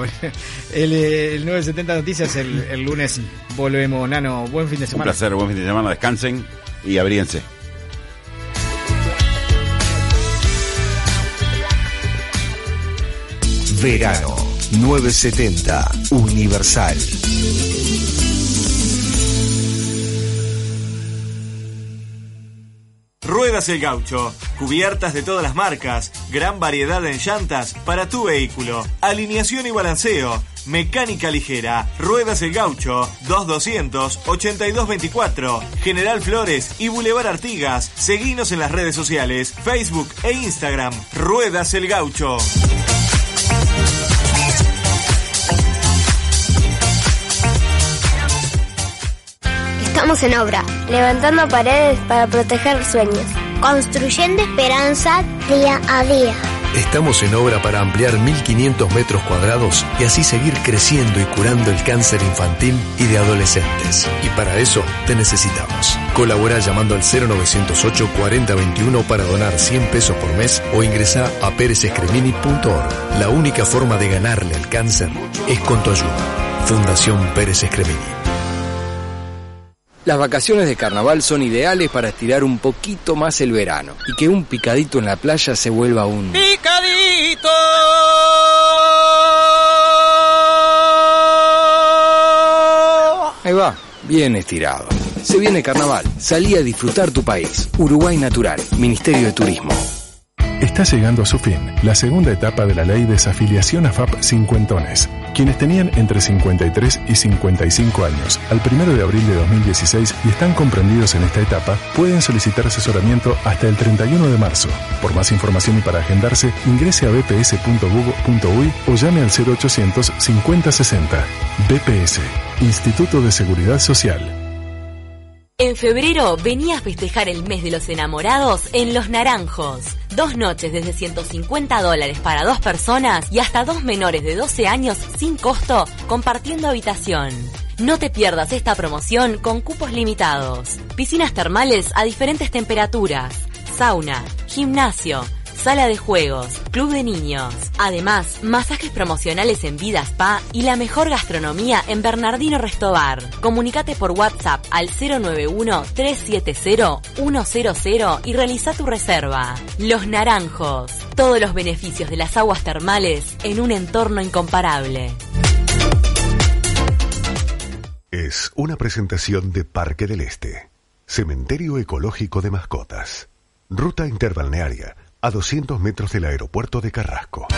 el 970 Noticias, el lunes volvemos. Nano, buen fin de semana. Un placer, buen fin de semana, descansen y abríense. Verano 970 Universal. Ruedas El Gaucho, cubiertas de todas las marcas, gran variedad en llantas para tu vehículo, alineación y balanceo, mecánica ligera. Ruedas El Gaucho, 2200-8224, General Flores y Boulevard Artigas. Seguinos en las redes sociales, Facebook e Instagram. Ruedas El Gaucho. Estamos en obra, levantando paredes para proteger sueños, construyendo esperanza día a día. Estamos en obra para ampliar 1.500 metros cuadrados y así seguir creciendo y curando el cáncer infantil y de adolescentes. Y para eso te necesitamos. Colabora llamando al 0908 4021 para donar 100 pesos por mes o ingresá a perezescremini.org. La única forma de ganarle al cáncer es con tu ayuda. Fundación Pérez Escremini. Las vacaciones de carnaval son ideales para estirar un poquito más el verano y que un picadito en la playa se vuelva un ¡picadito! Ahí va, bien estirado. Se viene carnaval, salí a disfrutar tu país. Uruguay Natural, Ministerio de Turismo. Está llegando a su fin la segunda etapa de la ley de desafiliación AFAP cincuentones. Quienes tenían entre 53 y 55 años al 1 de abril de 2016 y están comprendidos en esta etapa, pueden solicitar asesoramiento hasta el 31 de marzo. Por más información y para agendarse, ingrese a bps.gov.uy o llame al 0800 5060. BPS, Instituto de Seguridad Social. En febrero venía a festejar el mes de los enamorados en Los Naranjos. 2 noches desde $150 para 2 personas y hasta 2 menores de 12 años sin costo compartiendo habitación. No te pierdas esta promoción con cupos limitados. Piscinas termales a diferentes temperaturas, sauna, gimnasio, sala de juegos, club de niños. Además, masajes promocionales en Vida Spa y la mejor gastronomía en Bernardino Restobar. Comunicate por WhatsApp al 091-370-100 y realiza tu reserva. Los Naranjos. Todos los beneficios de las aguas termales en un entorno incomparable. Es una presentación de Parque del Este. Cementerio Ecológico de Mascotas. Ruta interbalnearia a 200 metros del aeropuerto de Carrasco.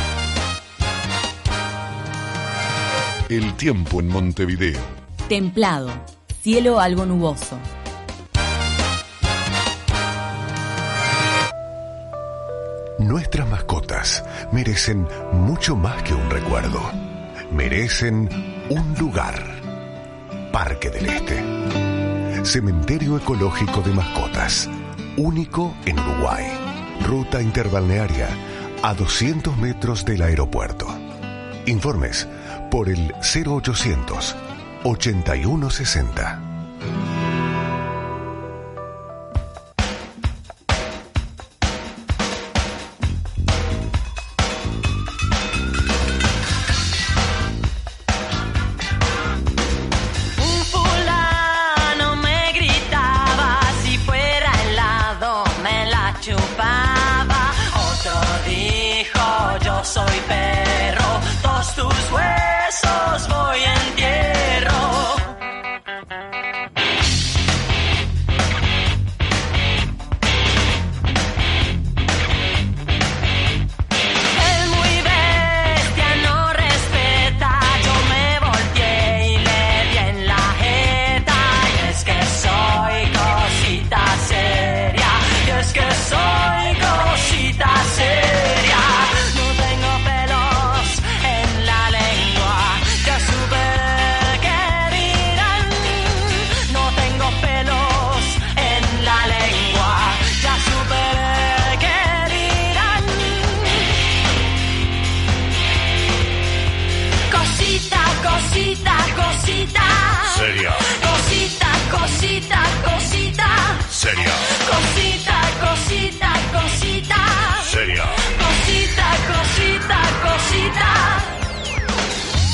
El tiempo en Montevideo. Templado, cielo algo nuboso. Nuestras mascotas merecen mucho más que un recuerdo. Merecen un lugar. Parque del Este. Cementerio Ecológico de Mascotas. Único en Uruguay. Ruta interbalnearia a 200 metros del aeropuerto. Informes por el 0800 8160. Soy perro, todos tus huesos voy a entierro. El muy bestia no respeta, yo me volteé y le di en la jeta. Y es que soy cosita seria, y es que soy cosita seria. Seria. Cosita, cosita, cosita. Seria. Cosita, cosita, cosita. Seria. Cosita, cosita, cosita.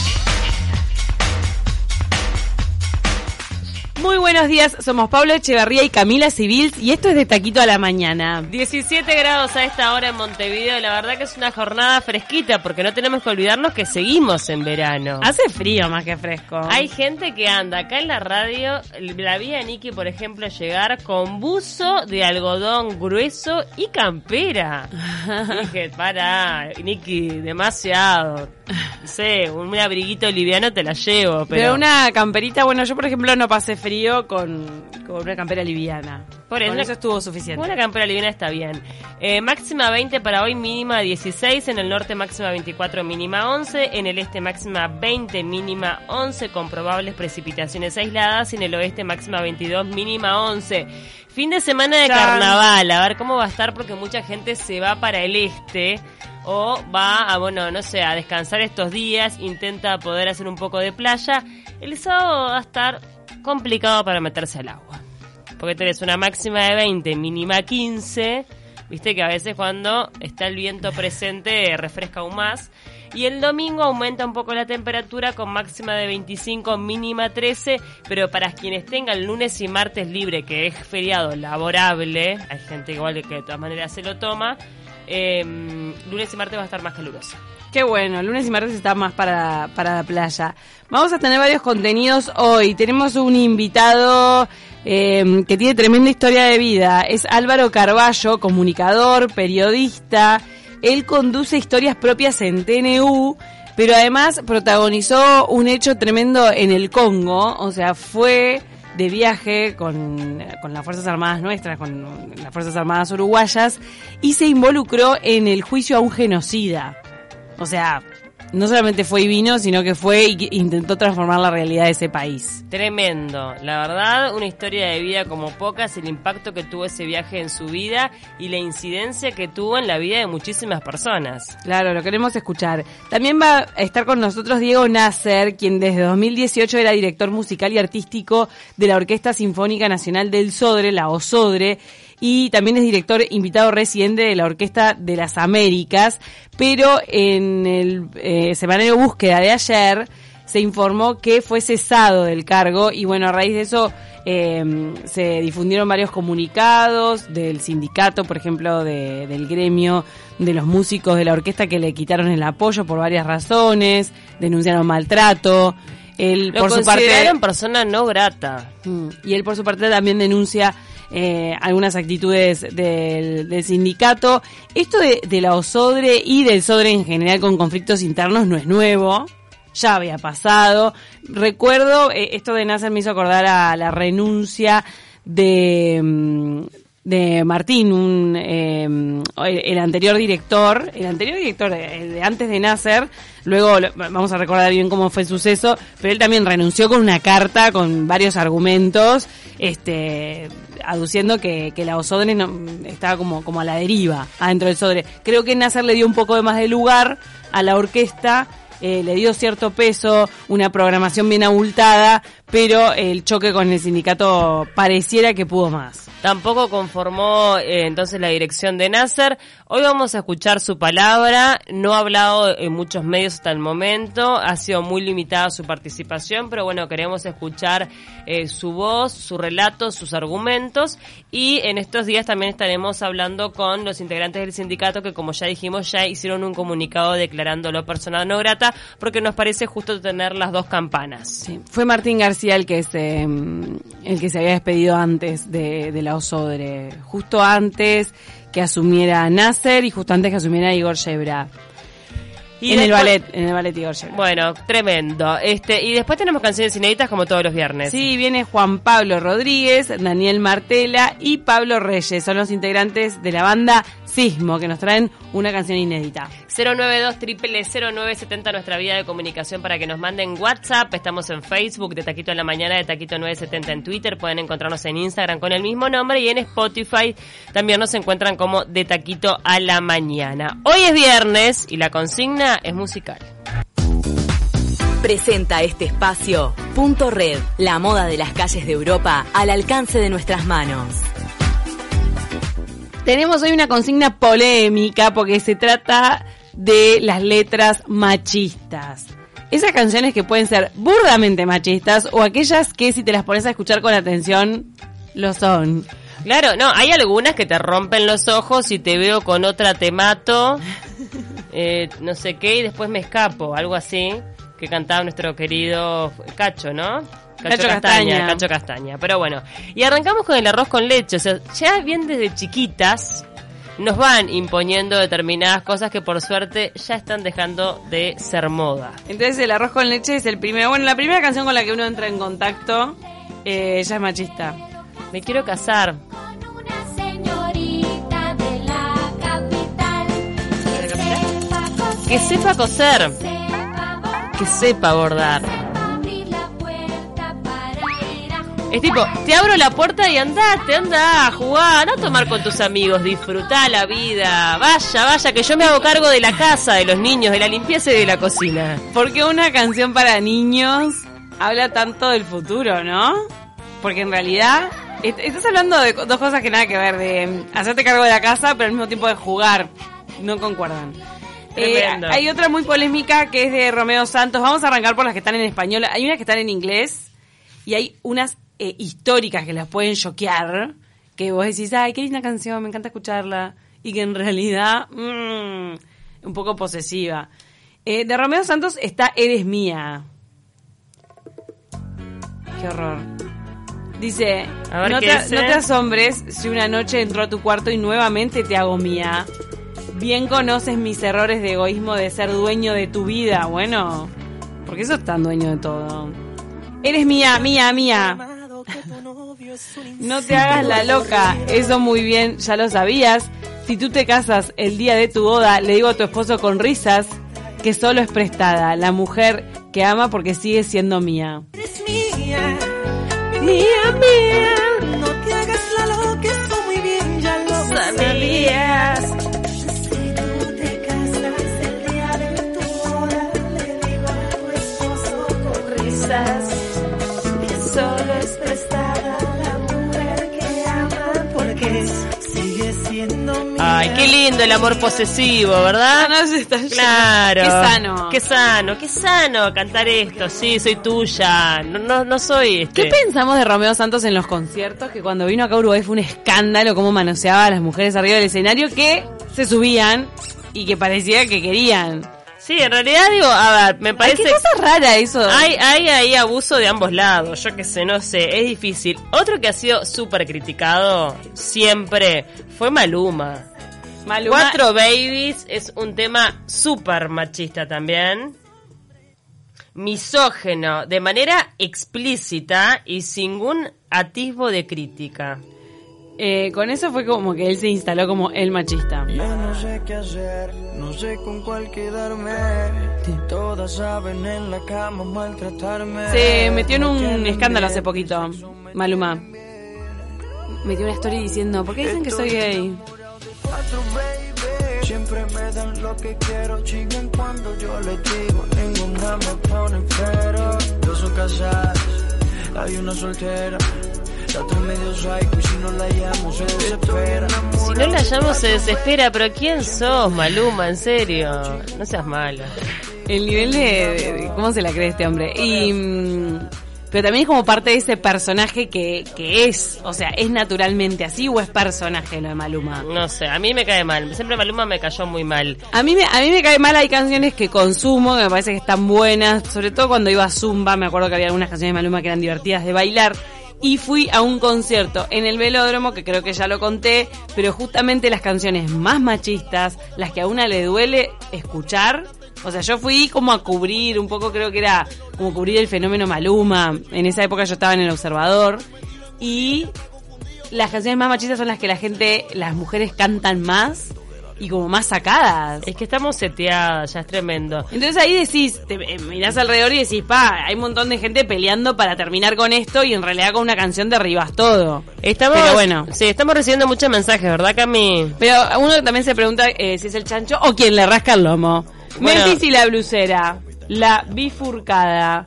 buenos días, somos Pablo Echeverría y Camila Civils y esto es de Taquito a la Mañana. 17 grados a esta hora en Montevideo, la verdad que es una jornada fresquita porque no tenemos que olvidarnos que seguimos en verano. Hace frío más que fresco. Hay gente que anda acá en la radio, la vi a Niki por ejemplo llegar con buzo de algodón grueso y campera. Dije, para, Niki, demasiado. No sé, un abriguito liviano te la llevo, pero una camperita, bueno, yo por ejemplo no pasé frío con una campera liviana. Por eso estuvo suficiente. Una campera liviana está bien. Máxima 20 para hoy, mínima 16. En el norte máxima 24, mínima 11. En el este máxima 20, mínima 11, con probables precipitaciones aisladas. Y en el oeste máxima 22, mínima 11. Fin de semana de carnaval, a ver cómo va a estar porque mucha gente se va para el este o va a, bueno, no sé, a descansar estos días, intenta poder hacer un poco de playa. El sábado va a estar complicado para meterse al agua, porque tenés una máxima de 20, mínima 15, viste que a veces cuando está el viento presente refresca aún más. Y el domingo aumenta un poco la temperatura con máxima de 25, mínima 13, pero para quienes tengan lunes y martes libre, que es feriado laborable, hay gente igual que de todas maneras se lo toma, lunes y martes va a estar más caluroso. Qué bueno, lunes y martes está más para la playa. Vamos a tener varios contenidos hoy. Tenemos un invitado que tiene tremenda historia de vida. Es Álvaro Carballo, comunicador, periodista. Él conduce historias propias en TNU, pero además protagonizó un hecho tremendo en el Congo. O sea, fue de viaje con las Fuerzas Armadas nuestras, con las Fuerzas Armadas uruguayas, y se involucró en el juicio a un genocida. O sea, no solamente fue y vino, sino que fue e intentó transformar la realidad de ese país. Tremendo, la verdad, una historia de vida como pocas, el impacto que tuvo ese viaje en su vida y la incidencia que tuvo en la vida de muchísimas personas. Claro, lo queremos escuchar. También va a estar con nosotros Diego Nasser, quien desde 2018 era director musical y artístico de la Orquesta Sinfónica Nacional del Sodre, la OSODRE, y también es director invitado residente de la Orquesta de las Américas, pero en el semanario Búsqueda de ayer se informó que fue cesado del cargo y bueno, a raíz de eso se difundieron varios comunicados del sindicato, por ejemplo, del gremio de los músicos de la orquesta, que le quitaron el apoyo por varias razones, denunciaron maltrato. Él, lo por su parte, consideraron persona no grata. Y él por su parte también denuncia algunas actitudes del sindicato. Esto de la OSODRE y del SODRE en general con conflictos internos no es nuevo, ya había pasado. Recuerdo, esto de Nasser me hizo acordar a la renuncia de Martín, el anterior director, de antes de Nasser. Luego vamos a recordar bien cómo fue el suceso, pero él también renunció con una carta con varios argumentos, aduciendo que la OSODRE estaba como a la deriva adentro del SODRE. Creo que Nasser le dio un poco de más de lugar a la orquesta, le dio cierto peso, una programación bien abultada, pero el choque con el sindicato pareciera que pudo más. Tampoco conformó entonces la dirección de Nasser. Hoy vamos a escuchar su palabra. No ha hablado en muchos medios hasta el momento. Ha sido muy limitada su participación, pero bueno, queremos escuchar su voz, su relato, sus argumentos. Y en estos días también estaremos hablando con los integrantes del sindicato que, como ya dijimos, ya hicieron un comunicado declarándolo persona no grata, porque nos parece justo tener las dos campanas. Sí. Fue Martín García el que se había despedido antes de la OSODRE, justo antes que asumiera Nasser y justo antes que asumiera Igor Shebra. En el ballet Igor Shebra. Bueno, tremendo. Y después tenemos canciones inéditas como todos los viernes. Sí, viene Juan Pablo Rodríguez, Daniel Martela y Pablo Reyes. Son los integrantes de la banda Sismo, que nos traen una canción inédita. 092-00970, nuestra vía de comunicación para que nos manden WhatsApp. Estamos en Facebook, de Taquito en la Mañana, de Taquito 970 en Twitter. Pueden encontrarnos en Instagram con el mismo nombre y en Spotify también nos encuentran como de Taquito a la Mañana. Hoy es viernes y la consigna es musical. Presenta este espacio Punto Red, la moda de las calles de Europa al alcance de nuestras manos. Tenemos hoy una consigna polémica porque se trata de las letras machistas. esas canciones que pueden ser burdamente machistas o aquellas que si te las pones a escuchar con atención, lo son. Claro, no, hay algunas que te rompen los ojos y te veo con otra te mato, no sé qué, y después me escapo, algo así, que cantaba nuestro querido Cacho, ¿no? Cacho Castaña. Pero bueno, y arrancamos con el arroz con leche. O sea, ya bien desde chiquitas nos van imponiendo determinadas cosas que por suerte ya están dejando de ser moda. Entonces el arroz con leche es el primero. Bueno, la primera canción con la que uno entra en contacto ya es machista. Me quiero casar. Que sepa coser. Que sepa bordar. Es tipo, te abro la puerta y andate, anda a jugar, a tomar con tus amigos, disfrutá la vida, vaya, que yo me hago cargo de la casa, de los niños, de la limpieza y de la cocina. Porque una canción para niños habla tanto del futuro, ¿no? Porque en realidad estás hablando de dos cosas que nada que ver, de hacerte cargo de la casa, pero al mismo tiempo de jugar. No concuerdan. Hay otra muy polémica que es de Romeo Santos. Vamos a arrancar por las que están en español. Hay unas que están en inglés y hay unas históricas que las pueden choquear, que vos decís, ay, qué linda canción, me encanta escucharla, y que en realidad un poco posesiva. De Romeo Santos está Eres Mía. Qué horror. Dice, no te asombres si una noche entró a tu cuarto y nuevamente te hago mía. Bien conoces mis errores de egoísmo de ser dueño de tu vida. Bueno, ¿por qué sos tan dueño de todo? Eres mía. No te hagas la loca, eso muy bien, ya lo sabías. Si tú te casas el día de tu boda, le digo a tu esposo con risas que solo es prestada, la mujer que ama porque sigue siendo mía. Eres mía, no te hagas la loca, eso muy bien, ya lo sabías. Si tú te casas el día de tu boda, le digo a tu esposo con risas que solo es prestada la mujer que ama porque sigue siendo mía. Ay, qué lindo el amor posesivo, ¿verdad? Claro. Qué sano cantar esto. Sí, soy tuya. No soy ¿Qué pensamos de Romeo Santos en los conciertos? Que cuando vino acá a Uruguay fue un escándalo cómo manoseaba a las mujeres arriba del escenario que se subían y que parecía que querían. Sí, en realidad digo, a ver, me parece... ¿Qué cosa rara eso? Hay abuso de ambos lados, yo qué sé, no sé, es difícil. Otro que ha sido súper criticado siempre fue Maluma. 4 Babies es un tema súper machista también. Misógeno, de manera explícita y sin ningún atisbo de crítica. Con eso fue como que él se instaló como el machista. Ya no sé qué hacer, no sé con cuál quedarme. Todas saben en la cama maltratarme. Se metió en un escándalo hace poquito, Maluma. Metió una story diciendo, ¿por qué dicen que soy gay? Siempre me dan lo que quiero, chingan cuando yo les digo, ninguna me pone pero. Dos son casadas, hay una soltera. La otra medio psycho y si no la llamo se desespera. Si no la llamo se desespera, pero ¿quién sos, Maluma? En serio, no seas malo. El nivel de ¿cómo se la cree este hombre? Pero también es como parte de ese personaje que es, o sea, ¿es naturalmente así o es personaje lo de Maluma? No sé, a mí me cae mal, siempre Maluma me cayó muy mal. A mí me cae mal, hay canciones que consumo, que me parece que están buenas, sobre todo cuando iba a Zumba, me acuerdo que había algunas canciones de Maluma que eran divertidas de bailar. Y fui a un concierto en el Velódromo, que creo que ya lo conté, pero justamente las canciones más machistas, las que a una le duele escuchar. O sea, yo fui como a cubrir, un poco creo que era como cubrir el fenómeno Maluma. En esa época yo estaba en El Observador. Y las canciones más machistas son las que las mujeres cantan más y como más sacadas. Es que estamos seteadas, ya es tremendo. Entonces ahí decís, mirás alrededor y decís, hay un montón de gente peleando para terminar con esto y en realidad con una canción derribas todo. Pero bueno. Sí, estamos recibiendo muchos mensajes, ¿verdad, Cami? Pero uno también se pregunta si es el chancho o quien le rasca el lomo. Bueno. Memphis y la blusera, la bifurcada.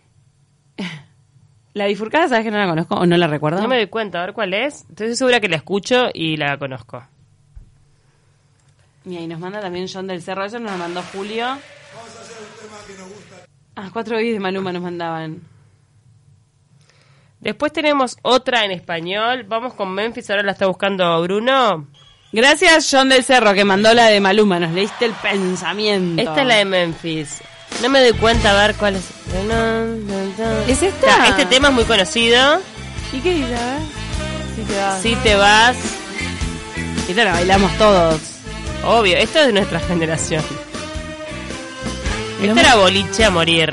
La bifurcada, ¿sabes que no la conozco o no la recuerdo? No me doy cuenta, a ver cuál es. Estoy segura que la escucho y la conozco. Mira, y nos manda también John del Cerro, eso nos lo mandó Julio. Ah, 4 bits de Maluma nos mandaban. Después tenemos otra en español. Vamos con Memphis, ahora la está buscando Bruno. Gracias, John del Cerro, que mandó la de Maluma. Nos leíste el pensamiento. Esta es la de Memphis. No me doy cuenta a ver cuál es. ¿Es esta? Este tema es muy conocido. ¿Y qué dice? A ver. Si te vas. Si te vas. Esta la bailamos todos. Obvio, esto es de nuestra generación. Esto era boliche a morir.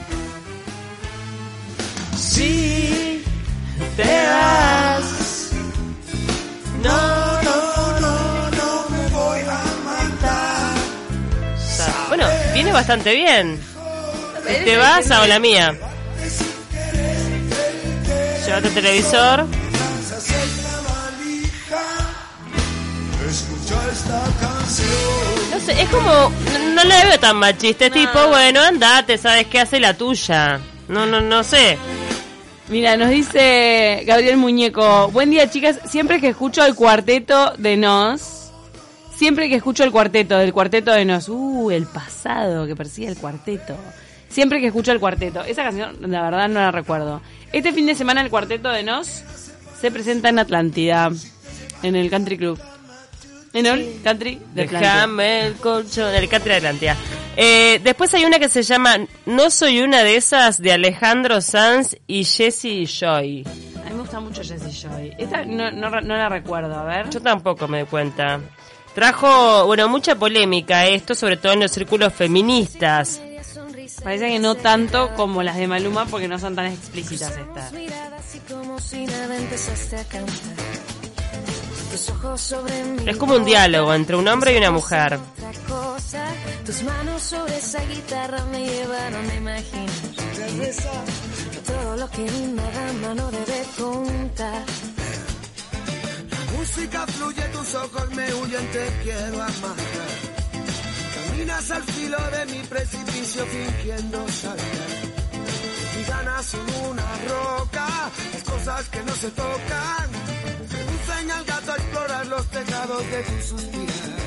Si te vas, no me voy a matar. Bueno, viene bastante bien. Si te vas, a la mía. Llévate el televisor. No sé, es como... No la veo tan machista. Es tipo, bueno, andate, sabes qué, hace la tuya. No sé. Mira, nos dice Gabriel Muñeco: buen día, chicas. Siempre que escucho el cuarteto de Nos, del cuarteto de Nos, el pasado que persigue el cuarteto. Siempre que escucho el cuarteto, esa canción la verdad no la recuerdo. Este fin de semana el cuarteto de Nos se presenta en Atlántida, en el Country Club. En el Country de Atlántida. Déjame el colchón, el Country de Atlántida. Después hay una que se llama No soy una de esas, de Alejandro Sanz y Jessie Joy. A mí me gusta mucho Jessie Joy. Esta no la recuerdo, a ver. Yo tampoco me doy cuenta. Trajo, mucha polémica esto, sobre todo en los círculos feministas. Parece que no tanto como las de Maluma, porque no son tan explícitas estas. Es como un diálogo entre un hombre y una mujer. Tus manos sobre esa guitarra me llevaron a imaginar todo lo que una dama no debe contar. La música fluye, tus ojos me huyen, te quiero amar. Caminas al filo de mi precipicio fingiendo saltar. Y ganas son una roca, las cosas que no se tocan. Seducen al gato a explorar los tejados de tu suspirar.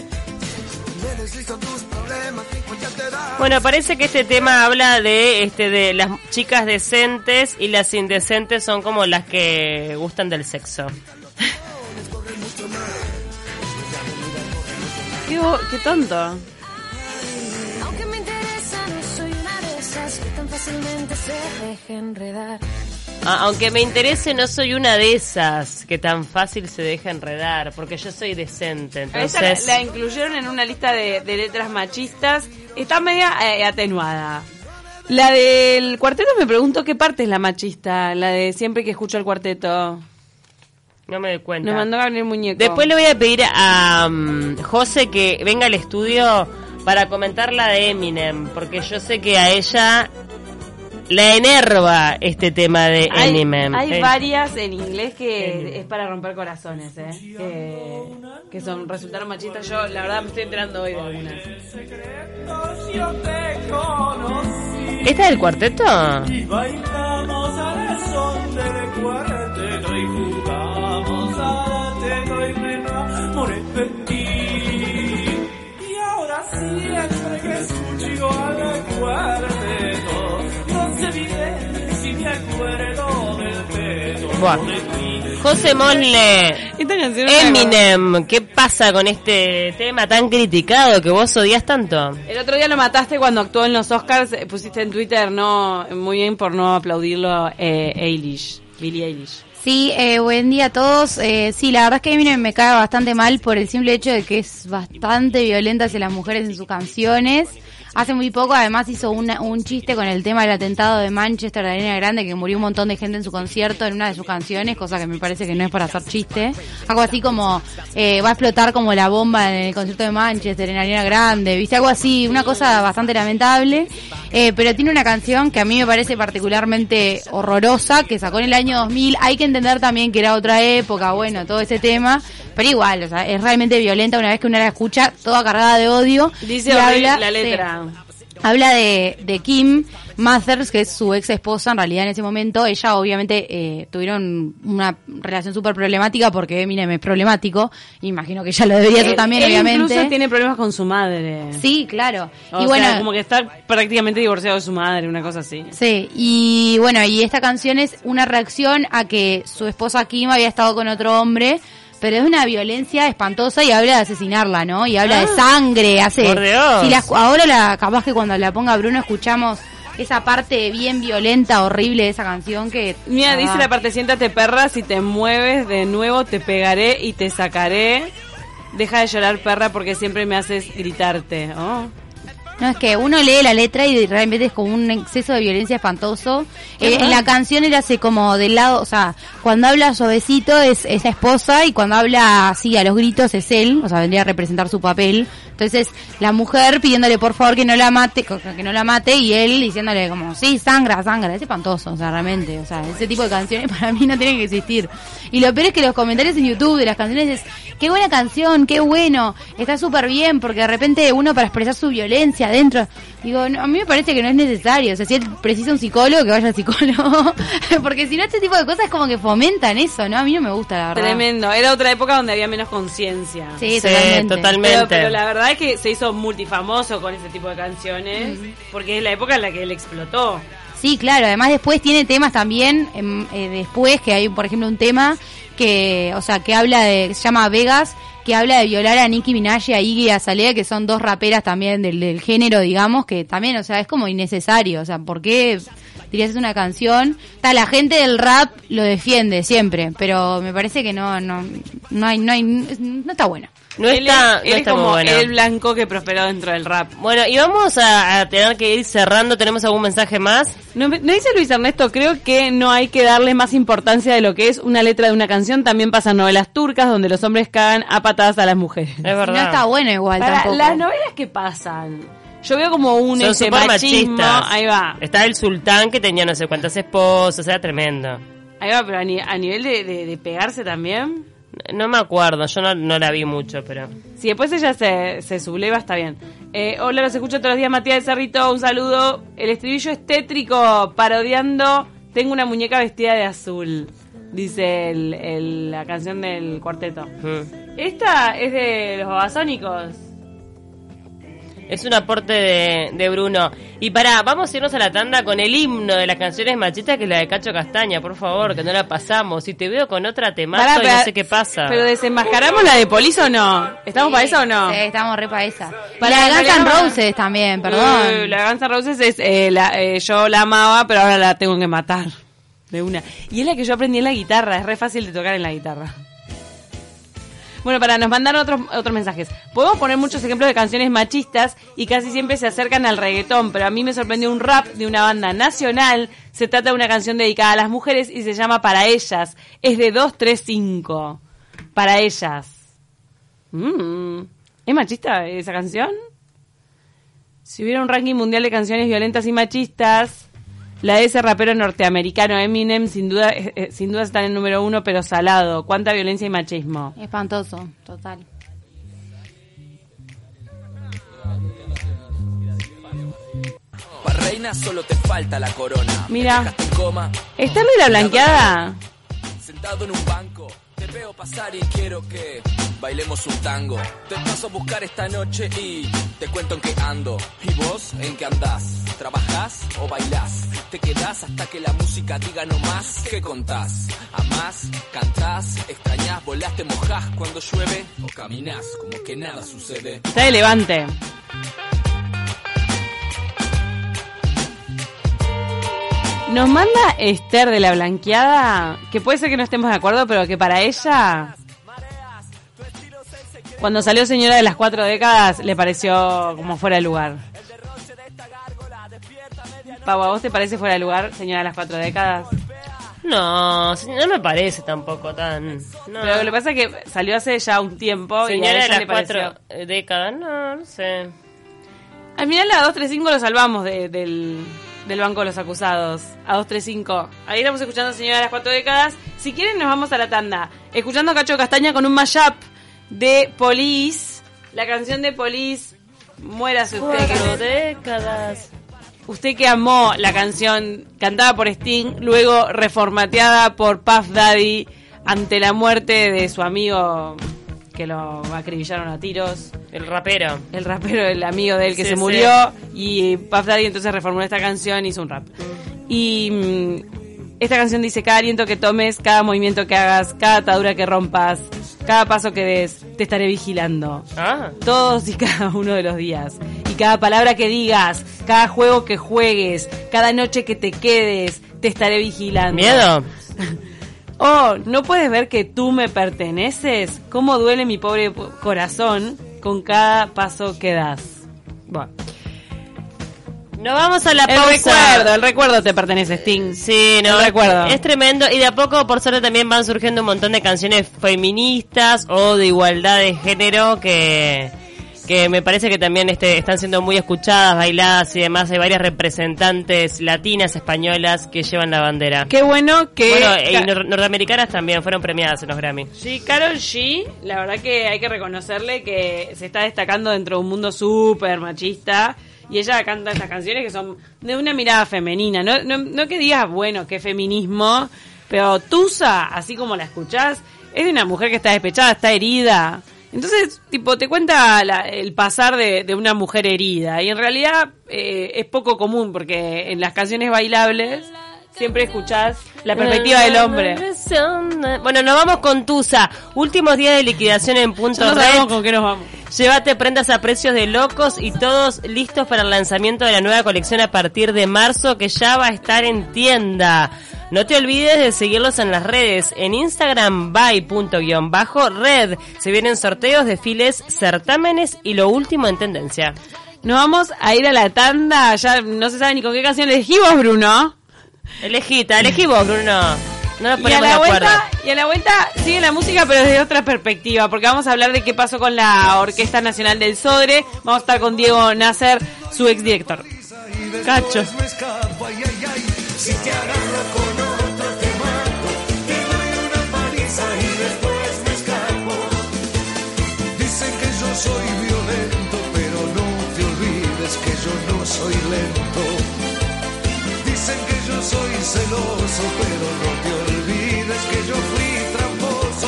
Bueno, parece que este tema habla de las chicas decentes y las indecentes son como las que gustan del sexo. Qué tonto. Aunque me interesa, no soy una de esas que tan fácilmente se deja enredar. Aunque me interese, no soy una de esas que tan fácil se deja enredar, porque yo soy decente. Entonces esta la incluyeron en una lista de letras machistas. Está media atenuada. La del cuarteto, me pregunto qué parte es la machista. La de siempre que escucho el cuarteto. No me doy cuenta. Nos mandó Gabriel Muñeco. Después le voy a pedir a José que venga al estudio para comentar la de Eminem, porque yo sé que a ella la enerva este tema de Eminem. Hay varias en inglés que es para romper corazones, que resultaron machistas. Yo la verdad me estoy enterando hoy de algunas. ¿Esta es del cuarteto? Y bailamos al son del cuarteto y jugamos a teto y me enamoré de ti. Y ahora siempre que escucho al cuarteto, no sé bien si me acuerdo del pedo. José Monle, Eminem, ¿qué pasa con este tema tan criticado que vos odias tanto? El otro día lo mataste cuando actuó en los Oscars, pusiste en Twitter muy bien por no aplaudirlo Billie Eilish. Sí, buen día a todos. Sí, la verdad es que Eminem me cae bastante mal por el simple hecho de que es bastante violenta hacia las mujeres en sus canciones. Hace muy poco además hizo un chiste con el tema del atentado de Manchester de Ariana Grande, que murió un montón de gente en su concierto en una de sus canciones, cosa que me parece que no es para hacer chiste. Algo así como va a explotar como la bomba en el concierto de Manchester en Ariana Grande, ¿viste? Algo así, una cosa bastante lamentable. Pero tiene una canción que a mí me parece particularmente horrorosa, que sacó en el año 2000. Hay que entender también que era otra época, bueno, todo ese tema, pero igual, o sea, es realmente violenta una vez que uno la escucha, toda cargada de odio. Dice horrible la letra. Habla de Kim Mathers, que es su ex esposa en realidad en ese momento. Ella obviamente tuvieron una relación súper problemática porque Eminem es problemático. Imagino que ella lo debería hacer también, él obviamente. Incluso tiene problemas con su madre. Sí, claro. O sea, como que está prácticamente divorciado de su madre, una cosa así. Sí, y bueno, y esta canción es una reacción a que su esposa Kim había estado con otro hombre, pero es una violencia espantosa y habla de asesinarla, ¿no? Y habla de sangre, hace... Por Dios. Ahora capaz que cuando la ponga Bruno escuchamos esa parte bien violenta, horrible de esa canción que... Mira, dice la parte, siéntate perra, si te mueves de nuevo te pegaré y te sacaré. Deja de llorar perra porque siempre me haces gritarte. Oh. No, es que uno lee la letra y realmente es como un exceso de violencia espantoso. En la canción él hace como del lado, o sea, cuando habla suavecito es esa esposa y cuando habla así a los gritos es él, o sea, vendría a representar su papel. Entonces, la mujer pidiéndole por favor que no la mate y él diciéndole como, sí, sangra, es espantoso, o sea, realmente, o sea, ese tipo de canciones para mí no tienen que existir. Y lo peor es que los comentarios en YouTube de las canciones es, qué buena canción, qué bueno, está súper bien, porque de repente uno para expresar su violencia adentro, digo, no, a mí me parece que no es necesario, o sea, si él precisa un psicólogo, que vaya al psicólogo, porque si no este tipo de cosas como que fomentan eso, ¿no? A mí no me gusta, la verdad. Tremendo, era otra época donde había menos conciencia. Sí, totalmente. Pero la verdad es que se hizo multifamoso con ese tipo de canciones, porque es la época en la que él explotó. Sí, claro, además después tiene temas también, después que hay, por ejemplo, un tema que, o sea, que habla de, se llama Vegas, que habla de violar a Nicki Minaj y a Iggy Azalea, que son dos raperas también del género, digamos, que también, o sea, es como innecesario, o sea, ¿por qué dirías una canción? La gente del rap lo defiende siempre, pero me parece que no está bueno. No está como muy bueno. el blanco que prosperó dentro del rap. Bueno, y vamos a tener que ir cerrando. ¿Tenemos algún mensaje más? No dice Luis Ernesto, creo que no hay que darle más importancia de lo que es una letra de una canción. También pasan novelas turcas donde los hombres cagan a patadas a las mujeres. Es verdad. No está bueno igual tampoco. Las novelas que pasan, yo veo como un Son súper machismo. machistas. Ahí va. Está el sultán que tenía no sé cuántas esposas, era tremendo. Ahí va, pero a nivel de pegarse también. No me acuerdo, yo no la vi mucho, pero... Si después ella se subleva, está bien. Hola, los escucho todos los días, Matías de Cerrito, un saludo. El estribillo es tétrico, parodiando Tengo una muñeca vestida de azul, dice la canción del cuarteto. Esta es de los Babasónicos. Es un aporte de Bruno. Y vamos a irnos a la tanda con el himno de las canciones machistas, que es la de Cacho Castaña, por favor, que no la pasamos. Si te veo con otra temática y no sé qué pasa. ¿Pero desenmascaramos la de Police o no? ¿Estamos para esa o no? Sí, estamos re para esa. Para la de Guns N' Roses también, perdón. La de Guns N' Roses es yo la amaba, pero ahora la tengo que matar. De una. Y es la que yo aprendí en la guitarra, es re fácil de tocar en la guitarra. Bueno, nos mandaron otros mensajes. Podemos poner muchos ejemplos de canciones machistas y casi siempre se acercan al reggaetón, pero a mí me sorprendió un rap de una banda nacional. Se trata de una canción dedicada a las mujeres y se llama Para Ellas. Es de 235. Para Ellas. ¿Es machista esa canción? Si hubiera un ranking mundial de canciones violentas y machistas, la de ese rapero norteamericano Eminem sin duda está en el número 1, pero salado. ¿Cuánta violencia y machismo? Espantoso, total. Para reina solo te falta la corona. Mira, ¿Esther de la Blanqueada? Sentado en un banco, te veo pasar y quiero que bailemos un tango. Te paso a buscar esta noche y te cuento en qué ando. ¿Y vos en qué andás? ¿Trabajás o bailás? ¿Te quedás hasta que la música diga no más? ¿Qué contás? ¿Amás? ¿Cantás? ¿Extrañás? ¿Volás? ¿Te mojás cuando llueve? ¿O caminás como que nada sucede? Está de Levante. Nos manda Esther de la Blanqueada, que puede ser que no estemos de acuerdo, pero que para ella, cuando salió Señora de las 4 décadas, le pareció como fuera de lugar. Pau, ¿a vos te parece fuera de lugar Señora de las 4 décadas? No me parece tampoco tan... No. Pero lo que pasa es que salió hace ya un tiempo. Señora y a de ella las 4 décadas, no sé. Al final la 235 lo salvamos del banco de los acusados. A 235. Ahí estamos escuchando Señora de las 4 décadas. Si quieren nos vamos a la tanda. Escuchando a Cacho Castaña con un mashup de Police. La canción de Police Muérase usted. 4 décadas. Usted que amó la canción cantada por Sting, luego reformateada por Puff Daddy ante la muerte de su amigo que lo acribillaron a tiros. El rapero, el amigo de él que Sí, se murió. Y Puff Daddy entonces reformuló esta canción y hizo un rap. Y esta canción dice: cada aliento que tomes, cada movimiento que hagas, cada atadura que rompas, cada paso que des, te estaré vigilando. Todos y cada uno de los días. Y cada palabra que digas, cada juego que juegues, cada noche que te quedes, te estaré vigilando. ¿Miedo? Oh, ¿no puedes ver que tú me perteneces? ¿Cómo duele mi pobre corazón con cada paso que das? Bueno. Nos vamos a la pausa. El recuerdo te pertenece, Sting. Sí, no, el recuerdo. Es tremendo. Y de a poco, por suerte, también van surgiendo un montón de canciones feministas o de igualdad de género que me parece que también están siendo muy escuchadas, bailadas y demás. Hay varias representantes latinas, españolas que llevan la bandera. Qué bueno que... Bueno, y norteamericanas también fueron premiadas en los Grammy. Sí, Karol G, la verdad que hay que reconocerle que se está destacando dentro de un mundo súper machista. Y ella canta estas canciones que son de una mirada femenina. No que digas, bueno, qué feminismo, pero Tusa, así como la escuchás, es de una mujer que está despechada, está herida. Entonces, tipo, te cuenta el pasar de una mujer herida. Y en realidad es poco común porque en las canciones bailables siempre escuchás la perspectiva del hombre. Bueno, nos vamos con Tusa. Últimos días de liquidación en Punto No Red. sabemos con qué nos vamos. Llévate prendas a precios de locos y todos listos para el lanzamiento de la nueva colección a partir de marzo, que ya va a estar en tienda. No te olvides de seguirlos en las redes. En Instagram, by._red. Se vienen sorteos, desfiles, certámenes y lo último en tendencia. Nos vamos a ir a la tanda. Ya no se sabe ni con qué canción elegimos, Bruno. Elegí vos, Bruno. No nos Y a ponemos de la acuerdo. vuelta sigue la música, pero desde otra perspectiva, porque vamos a hablar de qué pasó con la Orquesta Nacional del Sodre. Vamos a estar con Diego Nasser, su exdirector. Cacho. Si te agarro con otro te mato, te doy una paliza y después me escapo. Dicen que yo soy violento, pero no te olvides que yo no soy lento. Dicen que yo soy celoso, pero no te olvides que yo fui tramposo.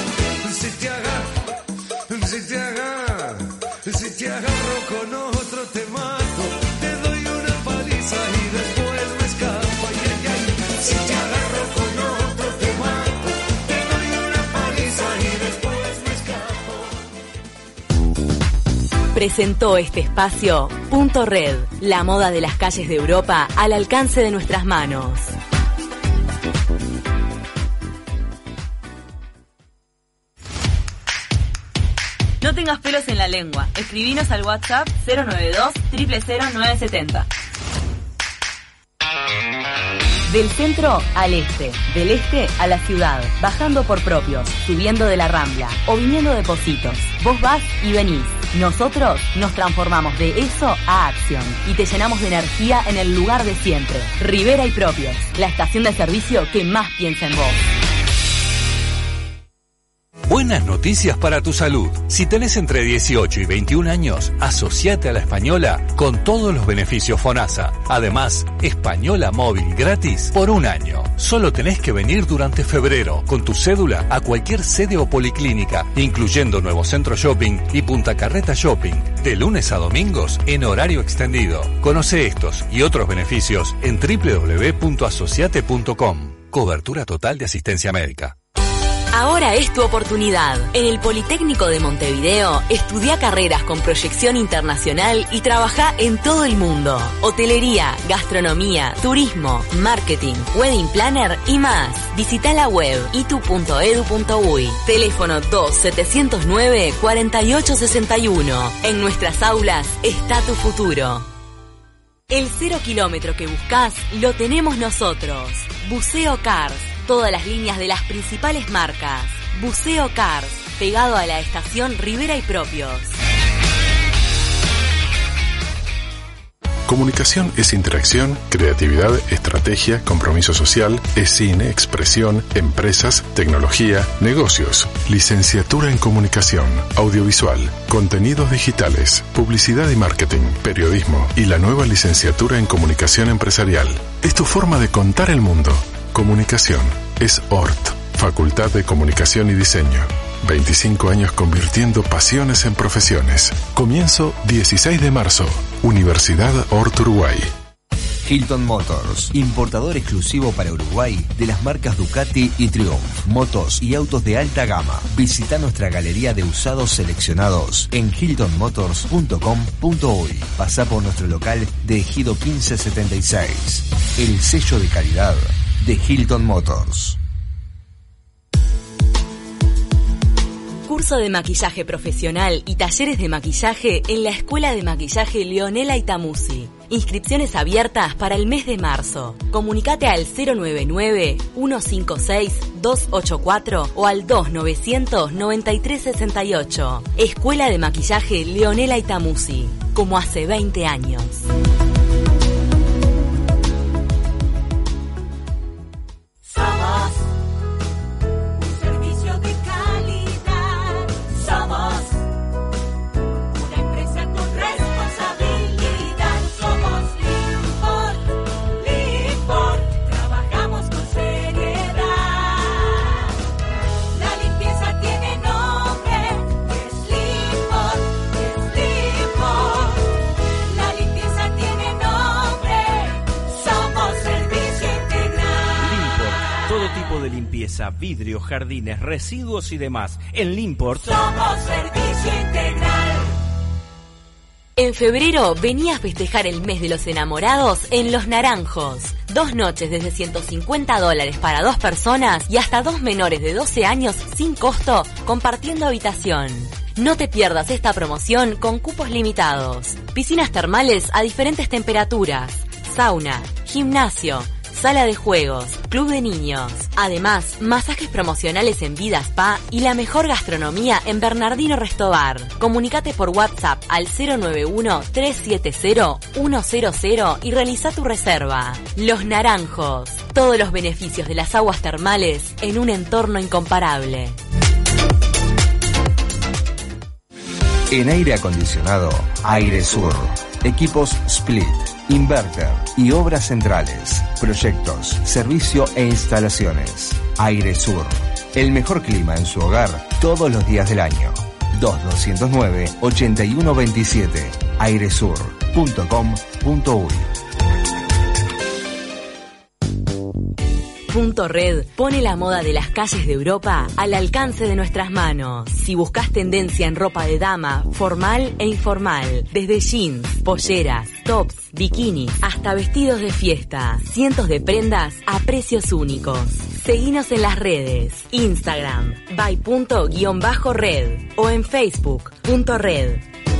Si te agarro con otro te mato, te doy una paliza y después me escapo. Ay, ay, ay. Si te agarro con otro te mato, te doy una paliza y después me escapo. Presentó este espacio Punto Red, la moda de las calles de Europa al alcance de nuestras manos. No tengas pelos en la lengua. Escribinos al WhatsApp 092-00970. Del centro al este, del este a la ciudad, bajando por Propios, subiendo de la Rambla o viniendo de Pocitos. Vos vas y venís. Nosotros nos transformamos de eso a acción y te llenamos de energía en el lugar de siempre. Rivera y Propios, la estación de servicio que más piensa en vos. Buenas noticias para tu salud. Si tenés entre 18 y 21 años, asociate a La Española con todos los beneficios FONASA. Además, Española móvil gratis por un año. Solo tenés que venir durante febrero con tu cédula a cualquier sede o policlínica, incluyendo Nuevo Centro Shopping y Punta Carreta Shopping, de lunes a domingos en horario extendido. Conoce estos y otros beneficios en www.asociate.com. Cobertura total de asistencia médica. Ahora es tu oportunidad. En el Politécnico de Montevideo, estudia carreras con proyección internacional y trabaja en todo el mundo. Hotelería, gastronomía, turismo, marketing, wedding planner y más. Visita la web itu.edu.uy. Teléfono 2709-4861. En nuestras aulas está tu futuro. El 0 kilómetro que buscas lo tenemos nosotros. Buceo Cars. Todas las líneas de las principales marcas. Buceo Cars, pegado a la estación Rivera y Propios. Comunicación es interacción, creatividad, estrategia, compromiso social, es cine, expresión, empresas, tecnología, negocios. Licenciatura en Comunicación, Audiovisual, Contenidos Digitales, Publicidad y Marketing, Periodismo y la nueva licenciatura en Comunicación Empresarial. Es tu forma de contar el mundo. Comunicación es ORT, Facultad de Comunicación y Diseño. 25 años convirtiendo pasiones en profesiones. Comienzo 16 de marzo. Universidad ORT Uruguay. Hilton Motors, importador exclusivo para Uruguay de las marcas Ducati y Triumph, motos y autos de alta gama. Visita nuestra galería de usados seleccionados en hiltonmotors.com.uy. Pasá por nuestro local de Ejido 1576. El sello de calidad de Hilton Motors. Curso de maquillaje profesional y talleres de maquillaje en la Escuela de Maquillaje Leonela Itamusi. Inscripciones abiertas para el mes de marzo. Comunicate al 099-156-284 o al 2900-9368. Escuela de Maquillaje Leonela Itamusi, como hace 20 años. Vidrio, jardines, residuos y demás. En Limport somos servicio integral. En febrero venía a festejar el mes de los enamorados en Los Naranjos. 2 noches desde $150 para 2 personas y hasta 2 menores de 12 años sin costo compartiendo habitación. No te pierdas esta promoción con cupos limitados. Piscinas termales a diferentes temperaturas, sauna, gimnasio, sala de juegos, club de niños. Además, masajes promocionales en Vida Spa y la mejor gastronomía en Bernardino Restobar. Comunicate por WhatsApp al 091-370-100 y realiza tu reserva. Los Naranjos. Todos los beneficios de las aguas termales en un entorno incomparable. En aire acondicionado, Aire Sur. Equipos Split, Inverter y obras centrales. Proyectos, servicio e instalaciones. Aire Sur. El mejor clima en su hogar todos los días del año. 2209-8127. airesur.com.uy. Punto Red pone la moda de las calles de Europa al alcance de nuestras manos. Si buscas tendencia en ropa de dama, formal e informal, desde jeans, polleras, tops, bikinis, hasta vestidos de fiesta, cientos de prendas a precios únicos. Seguinos en las redes, Instagram, by._red o en Facebook, Punto Red.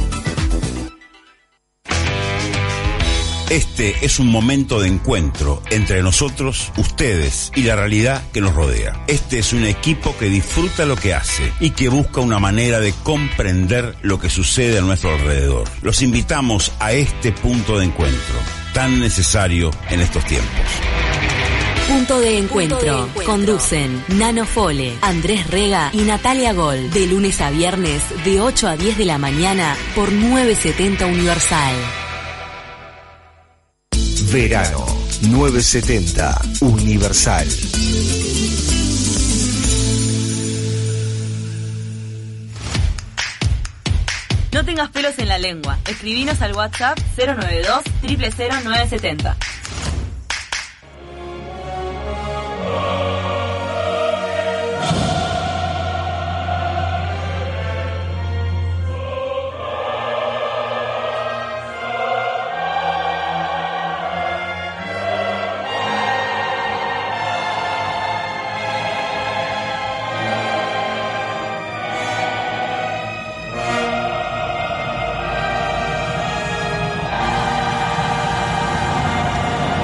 Este es un momento de encuentro entre nosotros, ustedes y la realidad que nos rodea. Este es un equipo que disfruta lo que hace y que busca una manera de comprender lo que sucede a nuestro alrededor. Los invitamos a este punto de encuentro, tan necesario en estos tiempos. Punto de encuentro. Conducen Nano Fole, Andrés Rega y Natalia Gol. De lunes a viernes, de 8 a 10 de la mañana, por 970 Universal. Verano 970 Universal. No tengas pelos en la lengua. Escribinos al WhatsApp 092 000 970.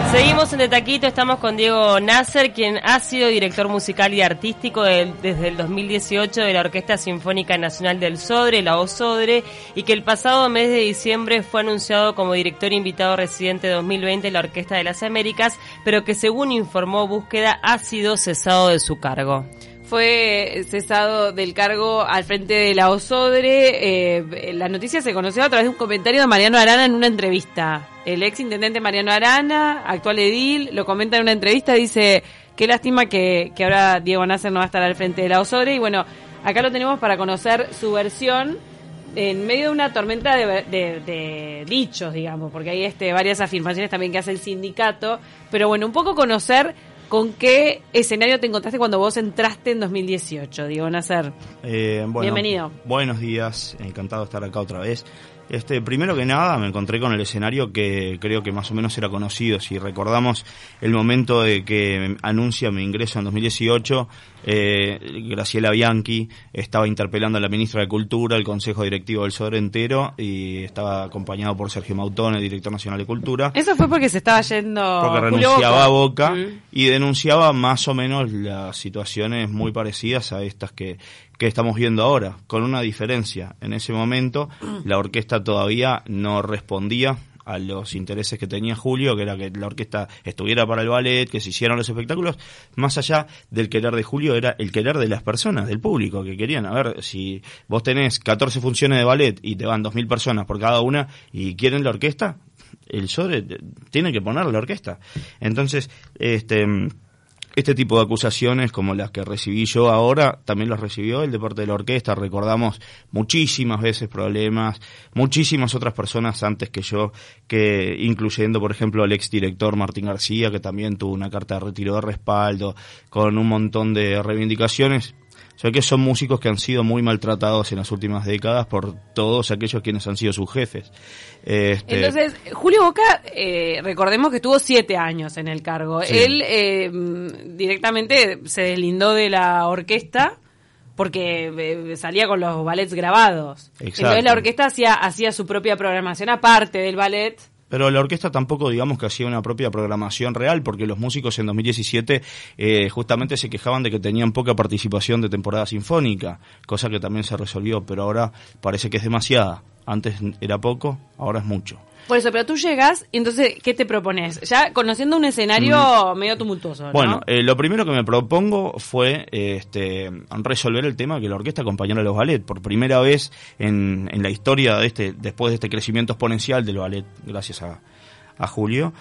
Seguimos en De Taquito, estamos con Diego Nasser, quien ha sido director musical y artístico desde el 2018 de la Orquesta Sinfónica Nacional del Sodre, la OSodre, y que el pasado mes de diciembre fue anunciado como director invitado residente 2020 de la Orquesta de las Américas, pero que según informó Búsqueda ha sido cesado de su cargo. Fue cesado del cargo al frente de la OSodre. La noticia se conoció a través de un comentario de Mariano Arana en una entrevista. El ex intendente Mariano Arana, actual edil, lo comenta en una entrevista, dice: qué lástima que ahora Diego Nasser no va a estar al frente de la OSodre. Y bueno, acá lo tenemos para conocer su versión en medio de una tormenta de dichos, digamos, porque hay varias afirmaciones también que hace el sindicato. Pero bueno, un poco conocer ¿con qué escenario te encontraste cuando vos entraste en 2018, Diego Nasser? Bueno, bienvenido. Buenos días, encantado de estar acá otra vez. Primero que nada me encontré con el escenario que creo que más o menos era conocido. Si recordamos el momento de que anuncia mi ingreso en 2018, Graciela Bianchi estaba interpelando a la ministra de Cultura, el Consejo Directivo del Sodre entero, y estaba acompañado por Sergio Mautón, el director nacional de Cultura. Eso fue porque se estaba yendo porque renunciaba a Boca y denunciaba más o menos las situaciones muy parecidas a estas que estamos viendo ahora, con una diferencia. En ese momento la orquesta todavía no respondía a los intereses que tenía Julio, que era que la orquesta estuviera para el ballet, que se hicieran los espectáculos. Más allá del querer de Julio, era el querer de las personas, del público, que querían, a ver, si vos tenés 14 funciones de ballet y te van 2.000 personas por cada una y quieren la orquesta, el Sodre tiene que poner la orquesta. Entonces, este tipo de acusaciones como las que recibí yo ahora, también las recibió el de parte de la orquesta. Recordamos muchísimas veces problemas, muchísimas otras personas antes que yo, que incluyendo por ejemplo al exdirector Martín García, que también tuvo una carta de retiro de respaldo, con un montón de reivindicaciones. O sea que son músicos que han sido muy maltratados en las últimas décadas por todos aquellos quienes han sido sus jefes. Entonces, Julio Boca, recordemos que estuvo 7 años en el cargo. Sí. Él directamente se deslindó de la orquesta porque salía con los ballets grabados. Exacto. Entonces la orquesta hacía su propia programación aparte del ballet. Pero la orquesta tampoco, digamos, que hacía una propia programación real, porque los músicos en 2017 justamente se quejaban de que tenían poca participación de temporada sinfónica, cosa que también se resolvió, pero ahora parece que es demasiada. Antes era poco, ahora es mucho. Por eso, pero tú llegas, y entonces, ¿qué te propones? Ya conociendo un escenario medio tumultuoso, ¿no? Bueno, lo primero que me propongo fue resolver el tema de que la orquesta acompañara a los ballet. Por primera vez en la historia después de este crecimiento exponencial del ballet, gracias a Julio,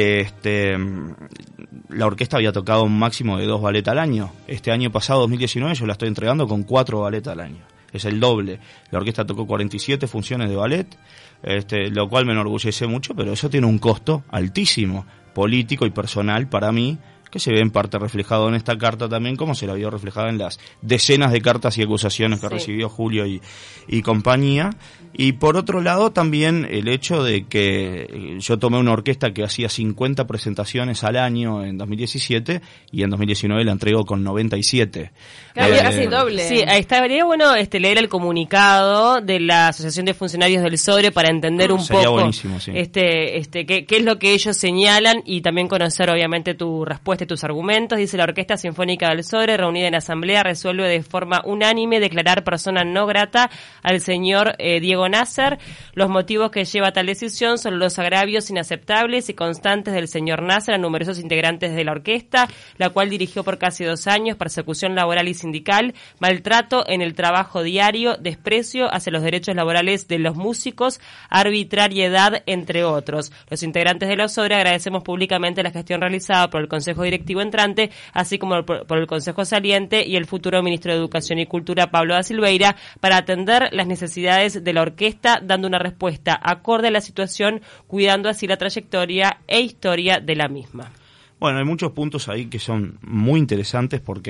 la orquesta había tocado un máximo de 2 ballet al año. Este año pasado, 2019, yo la estoy entregando con 4 ballet al año. Es el doble. La orquesta tocó 47 funciones de ballet, lo cual me enorgullece mucho, pero eso tiene un costo altísimo, político y personal para mí, que se ve en parte reflejado en esta carta también, como se la vio reflejada en las decenas de cartas y acusaciones que recibió Julio y compañía. Y por otro lado también el hecho de que yo tomé una orquesta que hacía 50 presentaciones al año en 2017 y en 2019 la entregó con 97. Claro, casi doble. Sí, estaría bueno leer el comunicado de la Asociación de Funcionarios del Sodre para entender un sería poco buenísimo, sí. qué es lo que ellos señalan y también conocer obviamente tu respuesta y tus argumentos. Dice: la Orquesta Sinfónica del Sodre, reunida en asamblea, resuelve de forma unánime declarar persona no grata al señor Diego Nasser. Los motivos que lleva a tal decisión son los agravios inaceptables y constantes del señor Nasser a numerosos integrantes de la orquesta, la cual dirigió por casi 2 años, persecución laboral y sindical, maltrato en el trabajo diario, desprecio hacia los derechos laborales de los músicos, arbitrariedad, entre otros. Los integrantes de la OSodre agradecemos públicamente la gestión realizada por el Consejo Directivo entrante, así como por el Consejo saliente y el futuro Ministro de Educación y Cultura, Pablo da Silveira, para atender las necesidades de la orquesta, dando una respuesta acorde a la situación, cuidando así la trayectoria e historia de la misma. Bueno, hay muchos puntos ahí que son muy interesantes porque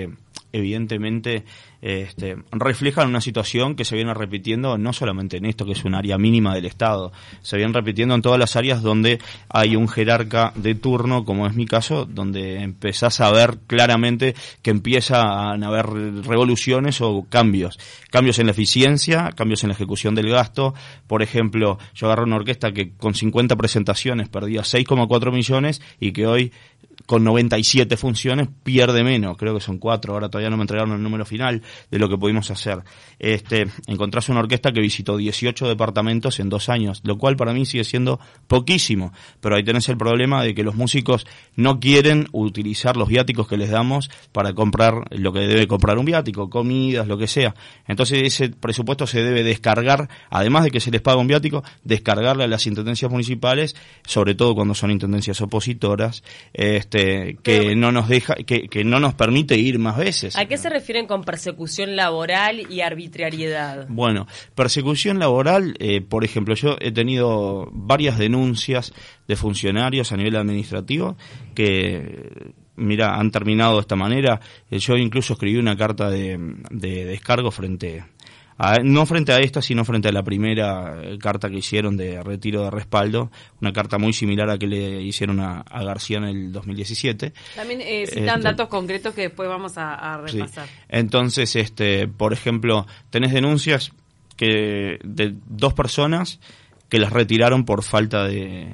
evidentemente reflejan una situación que se viene repitiendo no solamente en esto, que es un área mínima del Estado, se viene repitiendo en todas las áreas donde hay un jerarca de turno, como es mi caso, donde empezás a ver claramente que empiezan a haber revoluciones o cambios en la eficiencia, cambios en la ejecución del gasto. Por ejemplo, yo agarré una orquesta que con 50 presentaciones perdía 6,4 millones y que hoy con 97 funciones pierde menos, creo que son 4, ahora todavía no me entregaron el número final de lo que pudimos hacer. Encontrás una orquesta que visitó 18 departamentos en 2 años, lo cual para mí sigue siendo poquísimo, pero ahí tenés el problema de que los músicos no quieren utilizar los viáticos que les damos para comprar lo que debe comprar un viático, comidas, lo que sea. Entonces ese presupuesto se debe descargar, además de que se les paga un viático, descargarle a las intendencias municipales, sobre todo cuando son intendencias opositoras, que no nos deja, que no nos permite ir más veces. ¿A qué se refieren con persecución laboral y arbitrariedad? Bueno, persecución laboral, por ejemplo, yo he tenido varias denuncias de funcionarios a nivel administrativo que, mira, han terminado de esta manera. Yo incluso escribí una carta de descargo no frente a esta, sino frente a la primera carta que hicieron de retiro de respaldo, una carta muy similar a que le hicieron a García en el 2017. También citan datos concretos que después vamos a repasar. Sí. Entonces, por ejemplo, tenés denuncias de 2 personas que las retiraron por falta de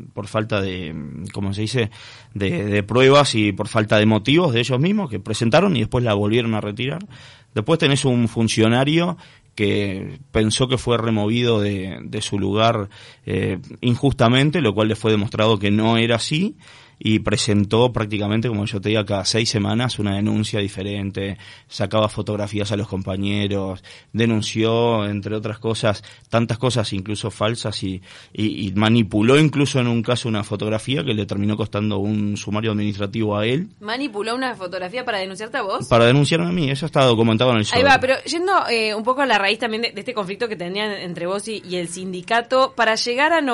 ¿cómo se dice?, de pruebas y por falta de motivos de ellos mismos, que presentaron y después la volvieron a retirar. Después tenés un funcionario que pensó que fue removido de su lugar injustamente, lo cual le fue demostrado que no era así, y presentó prácticamente, como yo te diga, cada 6 semanas una denuncia diferente, sacaba fotografías a los compañeros, denunció, entre otras cosas, tantas cosas incluso falsas, y manipuló incluso en un caso una fotografía que le terminó costando un sumario administrativo a él. ¿Manipuló una fotografía para denunciarte a vos? Para denunciarme a mí, eso está documentado en el sobre. Ahí va, pero yendo un poco a la raíz también de este conflicto que tenían entre vos y el sindicato, para llegar a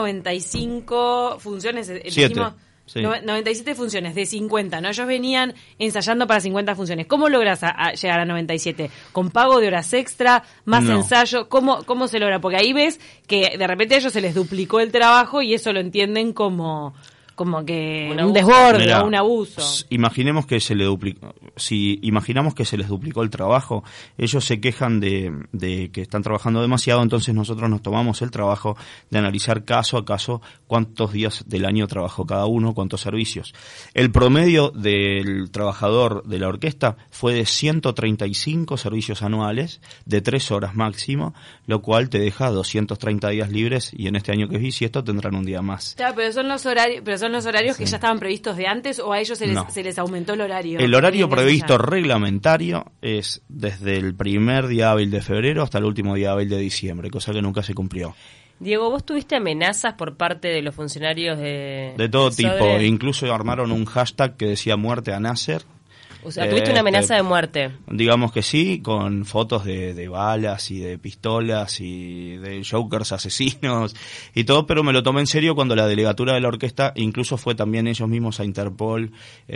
95 funciones, dijimos... Sí. 97 funciones de 50, ¿no? Ellos venían ensayando para 50 funciones. ¿Cómo logras llegar a 97? ¿Con pago de horas extra? ¿Más ensayo? ¿Cómo se logra? Porque ahí ves que de repente a ellos se les duplicó el trabajo y eso lo entienden como que un desborde o un abuso. Imaginemos que se le duplicó. Si imaginamos que se les duplicó el trabajo, ellos se quejan de que están trabajando demasiado, entonces nosotros nos tomamos el trabajo de analizar caso a caso cuántos días del año trabajó cada uno, cuántos servicios. El promedio del trabajador de la orquesta fue de 135 servicios anuales, de 3 horas máximo, lo cual te deja 230 días libres, y en este año que es bisiesto tendrán un día más. Claro, pero son los horarios que ya estaban previstos de antes, o a ellos se les aumentó el horario. El horario previsto reglamentario es desde el primer día hábil de febrero hasta el último día hábil de diciembre, cosa que nunca se cumplió. Diego, ¿vos tuviste amenazas por parte de los funcionarios de todo tipo? Incluso armaron un hashtag que decía muerte a Nasser. O sea, ¿tuviste una amenaza de muerte? Digamos que sí, con fotos de balas y de pistolas y de jokers asesinos y todo, pero me lo tomé en serio cuando la delegatura de la orquesta incluso fue también ellos mismos a Interpol,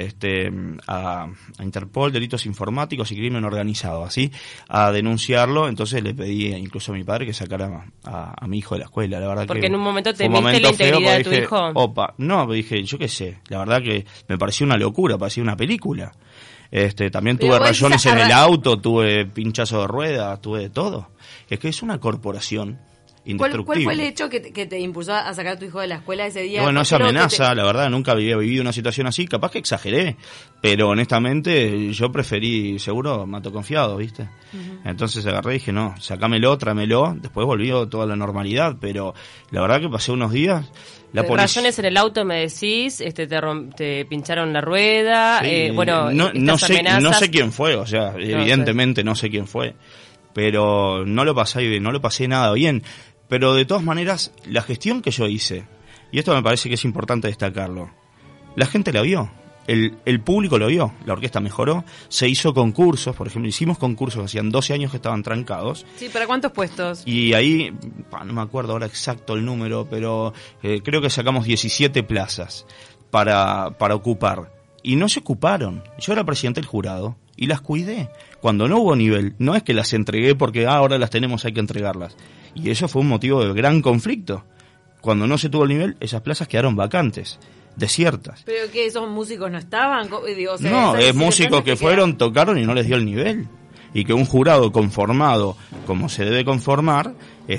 a Interpol, delitos informáticos y crimen organizado, así, a denunciarlo. Entonces le pedí incluso a mi padre que sacara a mi hijo de la escuela, la verdad. Porque que en un momento temiste la integridad de tu hijo. No, dije, yo qué sé, la verdad que me pareció una locura, parecía una película. También tuve rayones en el auto, tuve pinchazo de ruedas, tuve de todo. Es que es una corporación indestructible. ¿Cuál fue el hecho que te impulsó a sacar a tu hijo de la escuela ese día? Bueno, esa amenaza, la verdad, nunca había vivido una situación así. Capaz que exageré, pero honestamente yo preferí, seguro, mato confiado, ¿viste? Uh-huh. Entonces agarré y dije, no, sacámelo, tráemelo. Después volvió toda la normalidad, pero la verdad que pasé unos días... Rayones en el auto, me decís, te pincharon la rueda, sí, bueno, no sé quién fue, o sea, evidentemente no sé quién fue, pero no lo pasé nada bien. Pero de todas maneras, la gestión que yo hice, y esto me parece que es importante destacarlo, la gente la vio. El público lo vio, la orquesta mejoró, se hizo concursos, por ejemplo, hicimos concursos, hacían 12 años que estaban trancados. Sí, ¿para cuántos puestos? Y ahí, no me acuerdo ahora exacto el número, pero creo que sacamos 17 plazas para ocupar. Y no se ocuparon. Yo era presidente del jurado y las cuidé. Cuando no hubo nivel, no es que las entregué porque ahora las tenemos, hay que entregarlas. Y eso fue un motivo de gran conflicto. Cuando no se tuvo el nivel, esas plazas quedaron vacantes, desiertas. ¿Pero que esos músicos no estaban? Digo, o sea, No, es músicos que fueron, tocaron y no les dio el nivel. Y que un jurado conformado como se debe conformar,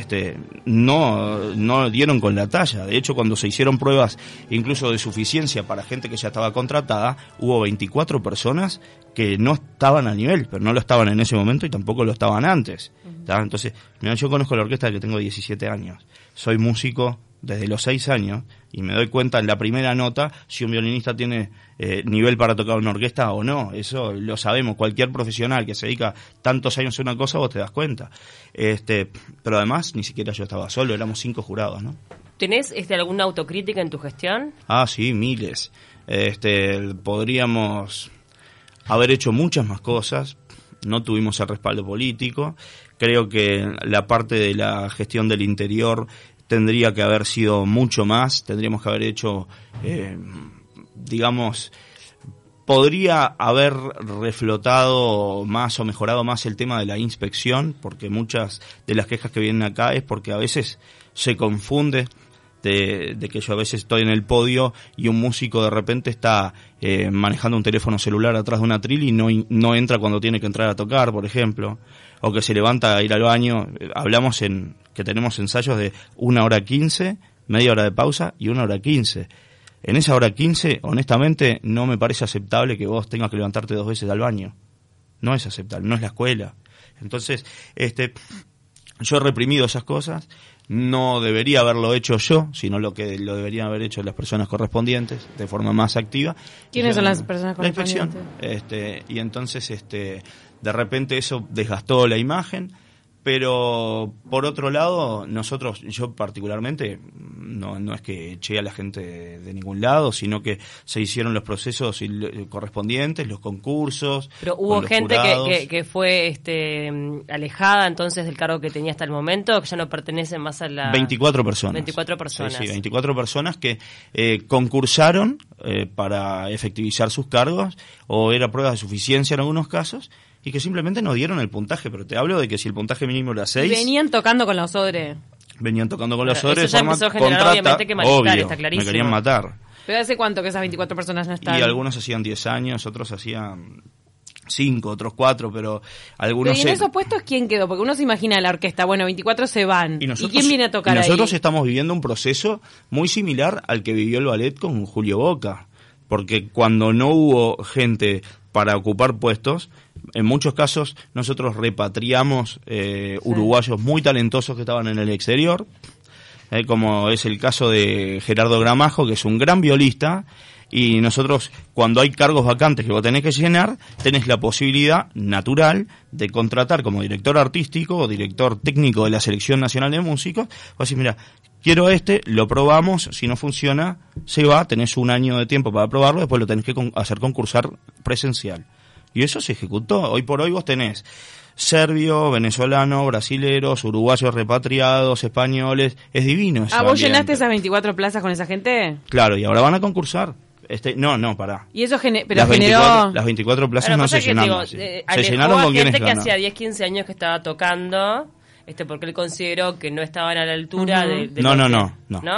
no dieron con la talla. De hecho, cuando se hicieron pruebas incluso de suficiencia para gente que ya estaba contratada, hubo 24 personas que no estaban a nivel, pero no lo estaban en ese momento y tampoco lo estaban antes. Entonces, mira, yo conozco la orquesta desde que tengo 17 años. Soy músico desde los 6 años y me doy cuenta en la primera nota si un violinista tiene nivel para tocar una orquesta o no. Eso lo sabemos, cualquier profesional que se dedica tantos años a una cosa, vos te das cuenta. Pero además ni siquiera yo estaba solo, éramos 5 jurados, ¿no? ¿Tenés alguna autocrítica en tu gestión? Ah, sí, miles. Podríamos haber hecho muchas más cosas. No tuvimos el respaldo político. Creo que la parte de la gestión del interior tendría que haber sido mucho más, tendríamos que haber hecho, podría haber reflotado más o mejorado más el tema de la inspección, porque muchas de las quejas que vienen acá es porque a veces se confunde de que yo a veces estoy en el podio y un músico de repente está manejando un teléfono celular atrás de un atril y no entra cuando tiene que entrar a tocar, por ejemplo, o que se levanta a ir al baño. Hablamos que tenemos ensayos de 1 hora 15, media hora de pausa y 1 hora 15. En esa hora 15, honestamente, no me parece aceptable que vos tengas que levantarte 2 veces al baño. No es aceptable, no es la escuela. Entonces, yo he reprimido esas cosas. No debería haberlo hecho yo, sino lo deberían haber hecho las personas correspondientes de forma más activa. ¿Quiénes son las personas correspondientes? La inspección. Y entonces, de repente eso desgastó la imagen. Pero por otro lado, yo particularmente, no es que eché a la gente de ningún lado, sino que se hicieron los procesos correspondientes, los concursos. Pero hubo gente que fue alejada entonces del cargo que tenía hasta el momento, que ya no pertenecen más a la... 24 personas. 24 personas. Sí, 24 personas que concursaron para efectivizar sus cargos, o era prueba de suficiencia en algunos casos, y que simplemente no dieron el puntaje. Pero te hablo de que si el puntaje mínimo era 6... Venían tocando con los Odre. Venían tocando con los Odre de forma contrata, obvio, está clarísimo. Me querían matar. ¿Pero hace cuánto que esas 24 personas no están? Y algunos hacían 10 años, otros hacían 5, otros 4, pero algunos... Pero ¿y en esos puestos quién quedó? Porque uno se imagina la orquesta, bueno, 24 se van. ¿Y quién viene a tocar ahí? Nosotros estamos viviendo un proceso muy similar al que vivió el ballet con Julio Boca. Porque cuando no hubo gente para ocupar puestos, en muchos casos nosotros repatriamos uruguayos muy talentosos que estaban en el exterior, como es el caso de Gerardo Gramajo, que es un gran violista, y nosotros, cuando hay cargos vacantes que vos tenés que llenar, tenés la posibilidad natural de contratar como director artístico o director técnico de la Selección Nacional de Músicos. Vos decís, mira, quiero lo probamos, si no funciona, se va, tenés 1 año de tiempo para probarlo, después lo tenés que hacer concursar presencial. Y eso se ejecutó. Hoy por hoy vos tenés serbio, venezolano, brasileros, uruguayos repatriados, españoles. Es divino ese ¿Vos ambiente. llenaste esas 24 plazas con esa gente? Claro, y ahora van a concursar. Pará. Y eso generó... Las 24 plazas no se llenaron. Se llenaron con quienes gente que ganaron. hacía 10, 15 años que estaba tocando, porque él consideró que no estaban a la altura de No.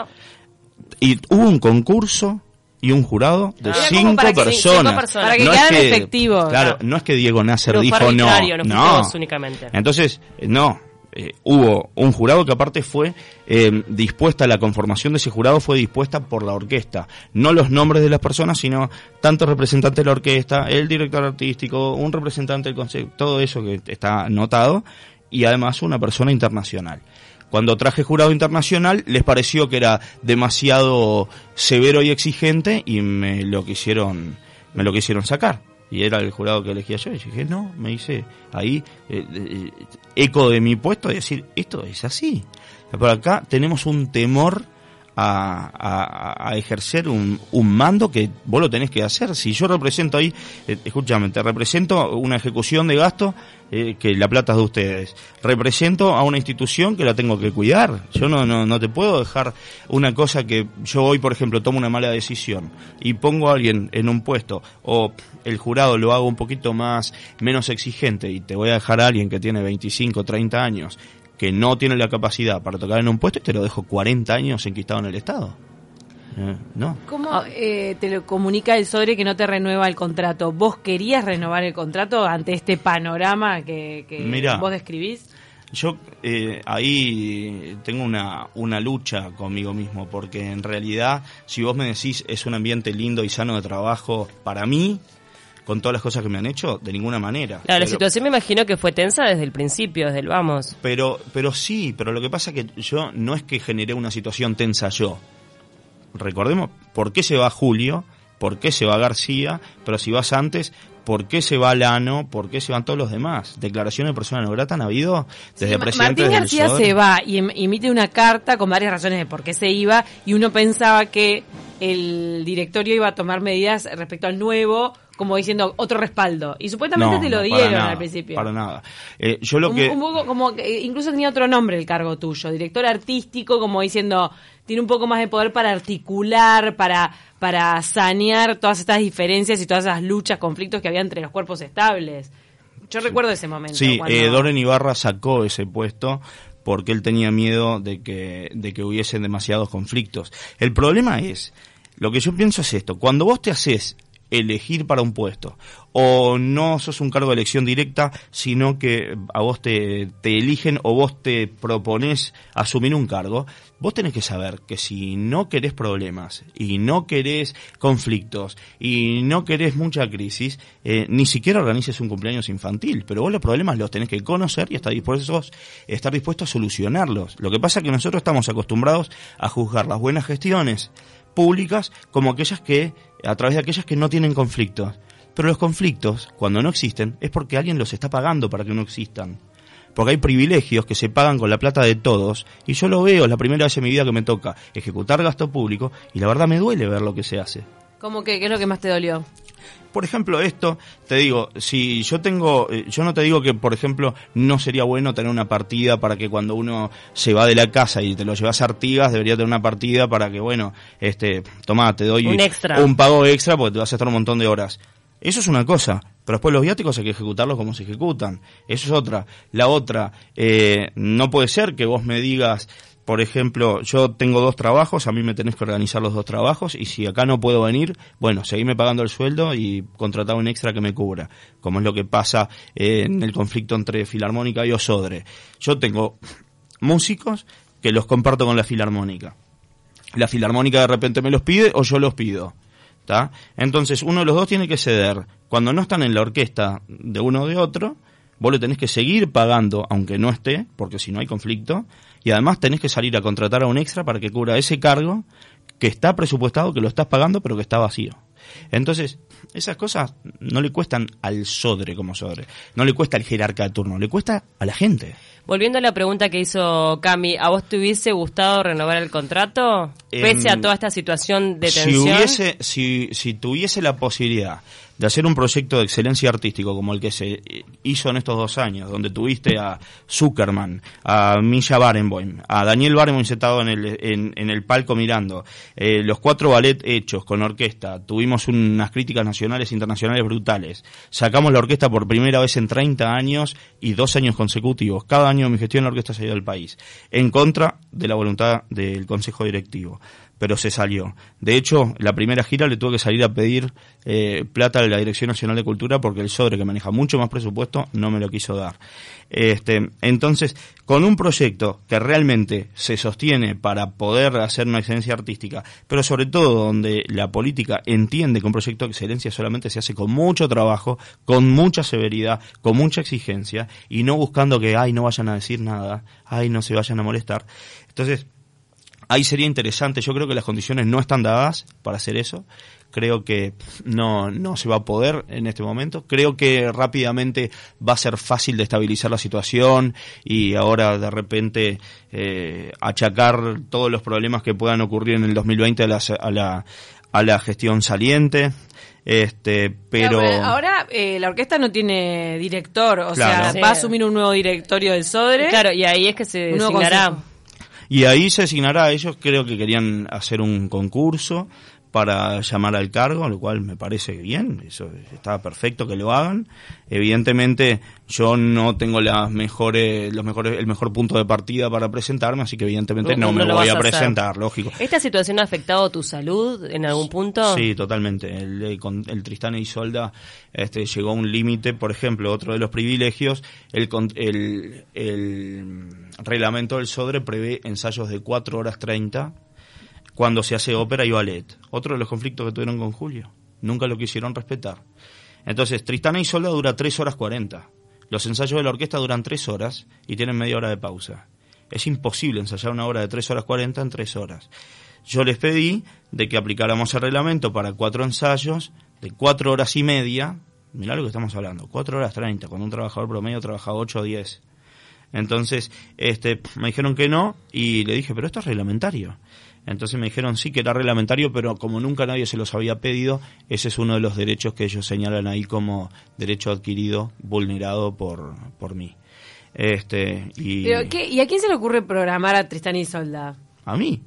Y hubo un concurso y un jurado de 5 personas. Para que quedaran efectivos. Claro, no es que Diego Nasser dijo no. Únicamente. Entonces, hubo un jurado que aparte fue dispuesta, la conformación de ese jurado fue dispuesta por la orquesta. No los nombres de las personas, sino tanto representante de la orquesta, el director artístico, un representante del consejo, todo eso que está anotado, y además una persona internacional. Cuando traje jurado internacional, les pareció que era demasiado severo y exigente y me lo quisieron sacar. Y era el jurado que elegía yo. Y dije, no, me hice ahí eco de mi puesto y decir, esto es así. Por acá tenemos un temor a ejercer un mando que vos lo tenés que hacer. Si yo represento ahí, escúchame, te represento una ejecución de gasto que la plata es de ustedes. Represento a una institución que la tengo que cuidar. Yo no te puedo dejar una cosa que yo hoy, por ejemplo, tomo una mala decisión y pongo a alguien en un puesto, o el jurado lo hago un poquito menos exigente y te voy a dejar a alguien que tiene 25, 30 años que no tiene la capacidad para tocar en un puesto y te lo dejo 40 años enquistado en el Estado. No. ¿Cómo te lo comunica el Sodre que no te renueva el contrato? ¿Vos querías renovar el contrato ante este panorama que Mirá, vos describís? Yo ahí tengo una lucha conmigo mismo, porque en realidad, si vos me decís es un ambiente lindo y sano de trabajo para mí, con todas las cosas que me han hecho, de ninguna manera. Claro, la situación me imagino que fue tensa desde el principio, desde el vamos. Pero sí, pero lo que pasa es que yo no es que generé una situación tensa yo. Recordemos, ¿por qué se va Julio? ¿Por qué se va García? Pero si vas antes, ¿por qué se va Lano? ¿Por qué se van todos los demás? Declaraciones de persona no grata han habido desde presidente Martín del García Sodre. se va y emite una carta con varias razones de por qué se iba, y uno pensaba que el directorio iba a tomar medidas respecto al nuevo, como diciendo otro respaldo, y supuestamente te lo dieron al principio. Para nada. Yo lo que... Un poco como que incluso tenía otro nombre el cargo tuyo, director artístico, como diciendo, tiene un poco más de poder para articular, para sanear todas estas diferencias y todas esas luchas, conflictos que había entre los cuerpos estables. Yo recuerdo ese momento. Sí, cuando... Doren Ibarra sacó ese puesto porque él tenía miedo de que hubiesen demasiados conflictos. El problema es, lo que yo pienso es esto: cuando vos te haces elegir para un puesto, o no sos un cargo de elección directa, sino que a vos te eligen o vos te proponés asumir un cargo, vos tenés que saber que si no querés problemas y no querés conflictos y no querés mucha crisis, ni siquiera organices un cumpleaños infantil, pero vos los problemas los tenés que conocer y estar dispuesto a solucionarlos. Lo que pasa es que nosotros estamos acostumbrados a juzgar las buenas gestiones públicas como a través de aquellas que no tienen conflictos. Pero los conflictos, cuando no existen, es porque alguien los está pagando para que no existan. Porque hay privilegios que se pagan con la plata de todos, y yo lo veo, es la primera vez en mi vida que me toca ejecutar gasto público, y la verdad me duele ver lo que se hace. ¿Cómo que qué es lo que más te dolió? Por ejemplo, esto, te digo, si yo no te digo que, por ejemplo, no sería bueno tener una partida para que cuando uno se va de la casa y te lo llevas a Artigas, debería tener una partida para que, bueno, tomá, te doy un pago extra porque te vas a estar un montón de horas. Eso es una cosa, pero después los viáticos hay que ejecutarlos como se ejecutan. Eso es otra. La otra, no puede ser que vos me digas, por ejemplo, yo tengo 2 trabajos, a mí me tenés que organizar los 2 trabajos, y si acá no puedo venir, bueno, seguime pagando el sueldo y contratar un extra que me cubra, como es lo que pasa en el conflicto entre Filarmónica y Osodre. Yo tengo músicos que los comparto con la Filarmónica. La Filarmónica de repente me los pide o yo los pido. ¿Tá? Entonces uno de los dos tiene que ceder. Cuando no están en la orquesta de uno o de otro, vos le tenés que seguir pagando aunque no esté, porque si no hay conflicto, y además tenés que salir a contratar a un extra para que cubra ese cargo que está presupuestado, que lo estás pagando, pero que está vacío. Entonces, esas cosas no le cuestan al Sodre como Sodre, no le cuesta al jerarca de turno, le cuesta a la gente. Volviendo a la pregunta que hizo Cami, ¿a vos te hubiese gustado renovar el contrato? Pese a toda esta situación de tensión. Si tuviese la posibilidad de hacer un proyecto de excelencia artístico como el que se hizo en estos 2 años, donde tuviste a Zuckerman, a Misha Barenboim, a Daniel Barenboim sentado en el palco mirando, los 4 ballet hechos con orquesta, tuvimos unas críticas nacionales e internacionales brutales, sacamos la orquesta por primera vez en 30 años y 2 años consecutivos, cada año de mi gestión la orquesta se ha ido al país, en contra de la voluntad del Consejo Directivo. Pero se salió. De hecho, la primera gira le tuve que salir a pedir plata a la Dirección Nacional de Cultura porque el Sodre, que maneja mucho más presupuesto, no me lo quiso dar. Entonces, con un proyecto que realmente se sostiene para poder hacer una excelencia artística, pero sobre todo donde la política entiende que un proyecto de excelencia solamente se hace con mucho trabajo, con mucha severidad, con mucha exigencia, y no buscando que, no vayan a decir nada, no se vayan a molestar. Entonces, Ahí sería interesante, yo creo que las condiciones no están dadas para hacer eso. Creo que no se va a poder en este momento. Creo que rápidamente va a ser fácil de estabilizar la situación y ahora de repente achacar todos los problemas que puedan ocurrir en el 2020 a la gestión saliente. Pero ahora la orquesta no tiene director, o claro. sea, va a asumir un nuevo directorio del Sodre. Claro, y ahí es que se designará. Y ahí se designará. Ellos creo que querían hacer un concurso para llamar al cargo, lo cual me parece bien, eso está perfecto que lo hagan. Evidentemente yo no tengo el mejor punto de partida para presentarme, así que evidentemente no me voy a presentar, lógico. ¿Esta situación ha afectado tu salud en algún punto? Sí, totalmente. Con el Tristán e Isolda llegó a un límite. Por ejemplo, otro de los privilegios, el reglamento del Sodre prevé ensayos de 4 horas 30 cuando se hace ópera y ballet. Otro de los conflictos que tuvieron con Julio. Nunca lo quisieron respetar. Entonces, Tristán e Isolda dura 3 horas 40. Los ensayos de la orquesta duran 3 horas y tienen media hora de pausa. Es imposible ensayar una obra de 3 horas 40 en 3 horas. Yo les pedí de que aplicáramos el reglamento para 4 ensayos de 4 horas y media. Mirá lo que estamos hablando, 4 horas 30, cuando un trabajador promedio trabaja 8 o 10. Entonces, me dijeron que no y le dije, pero esto es reglamentario. Entonces me dijeron sí que era reglamentario, pero como nunca nadie se los había pedido, ese es uno de los derechos que ellos señalan ahí como derecho adquirido, vulnerado por mí. ¿Y a quién se le ocurre programar a Tristán e Isolda? A mí.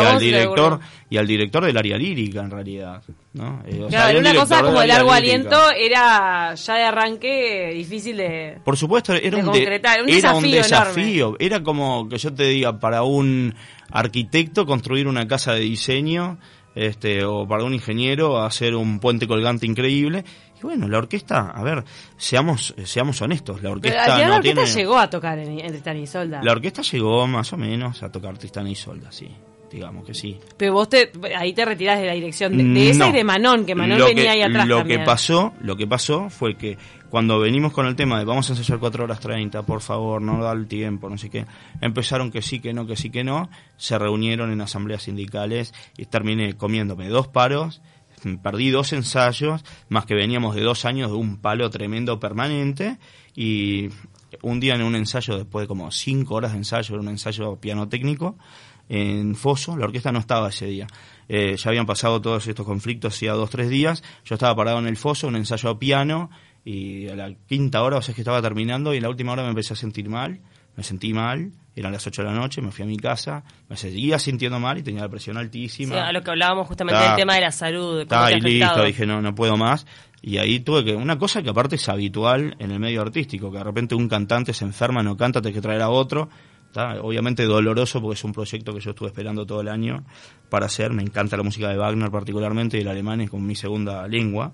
Y al director del área lírica, en realidad, ¿no? Claro, una cosa como de largo aliento era ya de arranque difícil de... Por supuesto, era un desafío enorme. Era como que yo te diga, para un arquitecto construir una casa de diseño, o para un ingeniero hacer un puente colgante increíble. Y bueno, la orquesta, a ver, seamos honestos, la orquesta la orquesta llegó a tocar en Tristán e Isolda. La orquesta llegó más o menos a tocar Tristán e Isolda, sí. Digamos que sí. Pero vos ahí te retirás de la dirección de esa y de Manon, que Manon venía ahí atrás también. Lo que pasó fue que cuando venimos con el tema de vamos a ensayar 4 horas 30, por favor, no da el tiempo, no sé qué, empezaron que sí, que no, se reunieron en asambleas sindicales y terminé comiéndome 2 paros, perdí 2 ensayos, más que veníamos de 2 años de un palo tremendo permanente, y un día en un ensayo, después de como 5 horas de ensayo, era un ensayo piano técnico, en Fosso, la orquesta no estaba ese día. Ya habían pasado todos estos conflictos hacía 2-3 días, yo estaba parado en el Fosso, un ensayo a piano, y a la 5ª hora, o sea, es que estaba terminando, y en la última hora me empecé a sentir mal, me sentí mal, eran las 8 de la noche, me fui a mi casa, me seguía sintiendo mal y tenía la presión altísima. Sí, a lo que hablábamos justamente del tema de la salud. Y listo, dije, no puedo más. Y ahí tuve que, una cosa que aparte es habitual en el medio artístico, que de repente un cantante se enferma, no canta, tenés que traer a otro. Obviamente doloroso porque es un proyecto que yo estuve esperando todo el año para hacer. Me encanta la música de Wagner particularmente, y el alemán es como mi segunda lengua.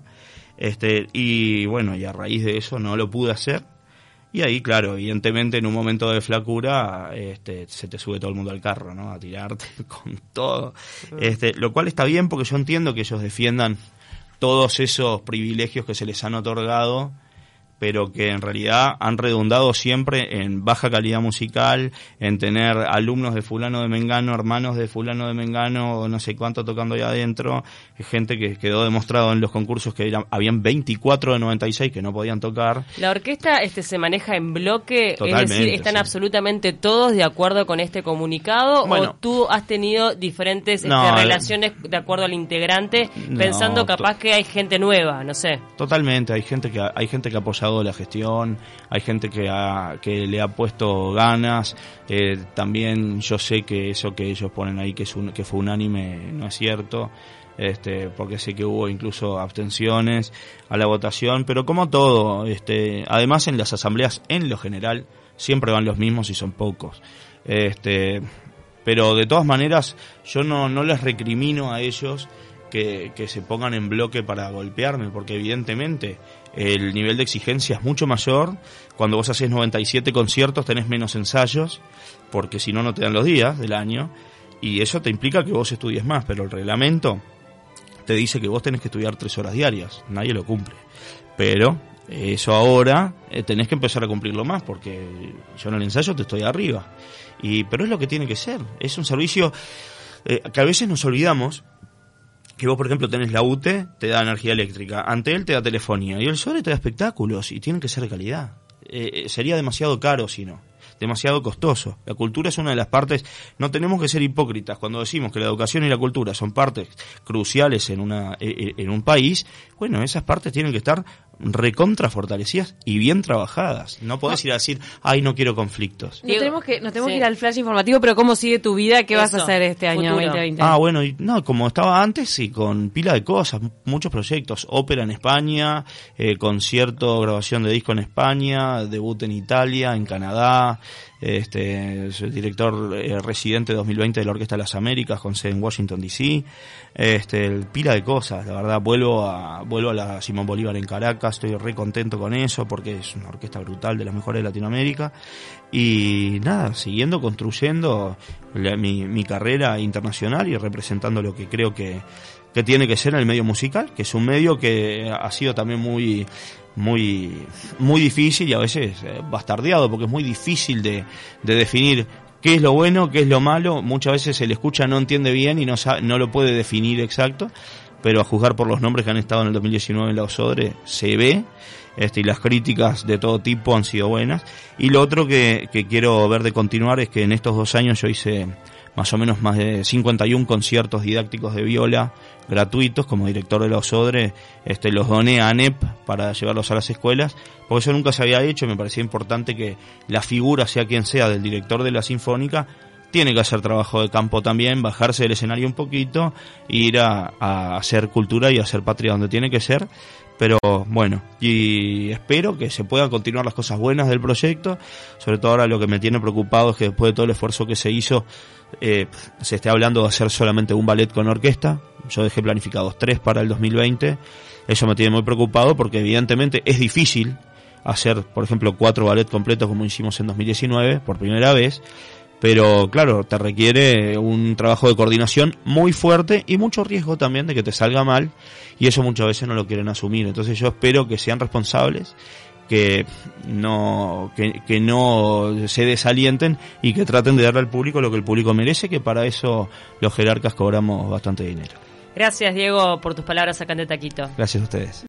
Y bueno, y a raíz de eso no lo pude hacer. Y ahí, claro, evidentemente en un momento de flacura se te sube todo el mundo al carro, ¿no? A tirarte con todo. Lo cual está bien porque yo entiendo que ellos defiendan todos esos privilegios que se les han otorgado, pero que en realidad han redundado siempre en baja calidad musical, en tener alumnos de fulano de Mengano, hermanos de fulano de Mengano, o no sé cuánto tocando ahí adentro, gente que quedó demostrado en los concursos que habían 24 de 96 que no podían tocar. La orquesta se maneja en bloque, totalmente, es decir, ¿están absolutamente todos de acuerdo con este comunicado? Bueno, ¿o tú has tenido diferentes relaciones de acuerdo al integrante, pensando capaz que hay gente nueva, no sé? Totalmente, hay gente que ha apoyado la gestión, hay gente que le ha puesto ganas, también yo sé que eso que ellos ponen ahí que fue unánime no es cierto, porque sé que hubo incluso abstenciones a la votación, pero como todo, además en las asambleas en lo general siempre van los mismos y son pocos, pero de todas maneras yo no les recrimino a ellos que se pongan en bloque para golpearme, porque evidentemente el nivel de exigencia es mucho mayor. Cuando vos haces 97 conciertos tenés menos ensayos, porque si no te dan los días del año, y eso te implica que vos estudies más, pero el reglamento te dice que vos tenés que estudiar 3 horas diarias, nadie lo cumple, pero eso ahora tenés que empezar a cumplirlo más, porque yo en el ensayo te estoy arriba, pero es lo que tiene que ser, es un servicio. que a veces nos olvidamos que vos, por ejemplo, tenés la UTE, te da energía eléctrica, Antel te da telefonía, y el SODRE te da espectáculos, y tienen que ser de calidad. Sería demasiado caro si no, demasiado costoso. La cultura es una de las partes, no tenemos que ser hipócritas cuando decimos que la educación y la cultura son partes cruciales en un país. Bueno, esas partes tienen que estar recontra fortalecidas y bien trabajadas. No podés ir a decir, ay, no quiero conflictos. Nos tenemos que ir al flash informativo, pero ¿cómo sigue tu vida? ¿Qué vas a hacer este año 2020? Bueno, como estaba antes, y con pila de cosas, muchos proyectos, ópera en España, concierto, grabación de disco en España, debut en Italia, en Canadá, soy director residente 2020 de la Orquesta de las Américas, con sede en Washington DC, pila de cosas, la verdad. Vuelvo a la Simón Bolívar en Caracas, estoy re contento con eso porque es una orquesta brutal, de las mejores de Latinoamérica, y nada, siguiendo construyendo mi carrera internacional y representando lo que creo que tiene que ser en el medio musical, que es un medio que ha sido también muy difícil y a veces bastardeado, porque es muy difícil de definir qué es lo bueno, qué es lo malo. Muchas veces el escucha no entiende bien y no lo puede definir exacto, pero a juzgar por los nombres que han estado en el 2019 en la OSODRE se ve, y las críticas de todo tipo han sido buenas. Y lo otro que quiero ver de continuar es que en estos 2 años yo hice más o menos más de 51 conciertos didácticos de viola gratuitos como director de la OSODRE. Los doné a ANEP para llevarlos a las escuelas, porque eso nunca se había hecho. Me parecía importante que la figura, sea quien sea, del director de la Sinfónica, tiene que hacer trabajo de campo también, bajarse del escenario un poquito, ir a hacer cultura y a hacer patria donde tiene que ser. Pero bueno, y espero que se puedan continuar las cosas buenas del proyecto. Sobre todo ahora lo que me tiene preocupado es que después de todo el esfuerzo que se hizo, se esté hablando de hacer solamente un ballet con orquesta. Yo dejé planificados 3 para el 2020. Eso me tiene muy preocupado porque evidentemente es difícil hacer, por ejemplo, 4 ballets completos como hicimos en 2019 por primera vez. Pero claro, te requiere un trabajo de coordinación muy fuerte y mucho riesgo también de que te salga mal, y eso muchas veces no lo quieren asumir. Entonces yo espero que sean responsables, que no se desalienten y que traten de darle al público lo que el público merece, que para eso los jerarcas cobramos bastante dinero. Gracias, Diego, por tus palabras acá en De Taquito. Gracias a ustedes.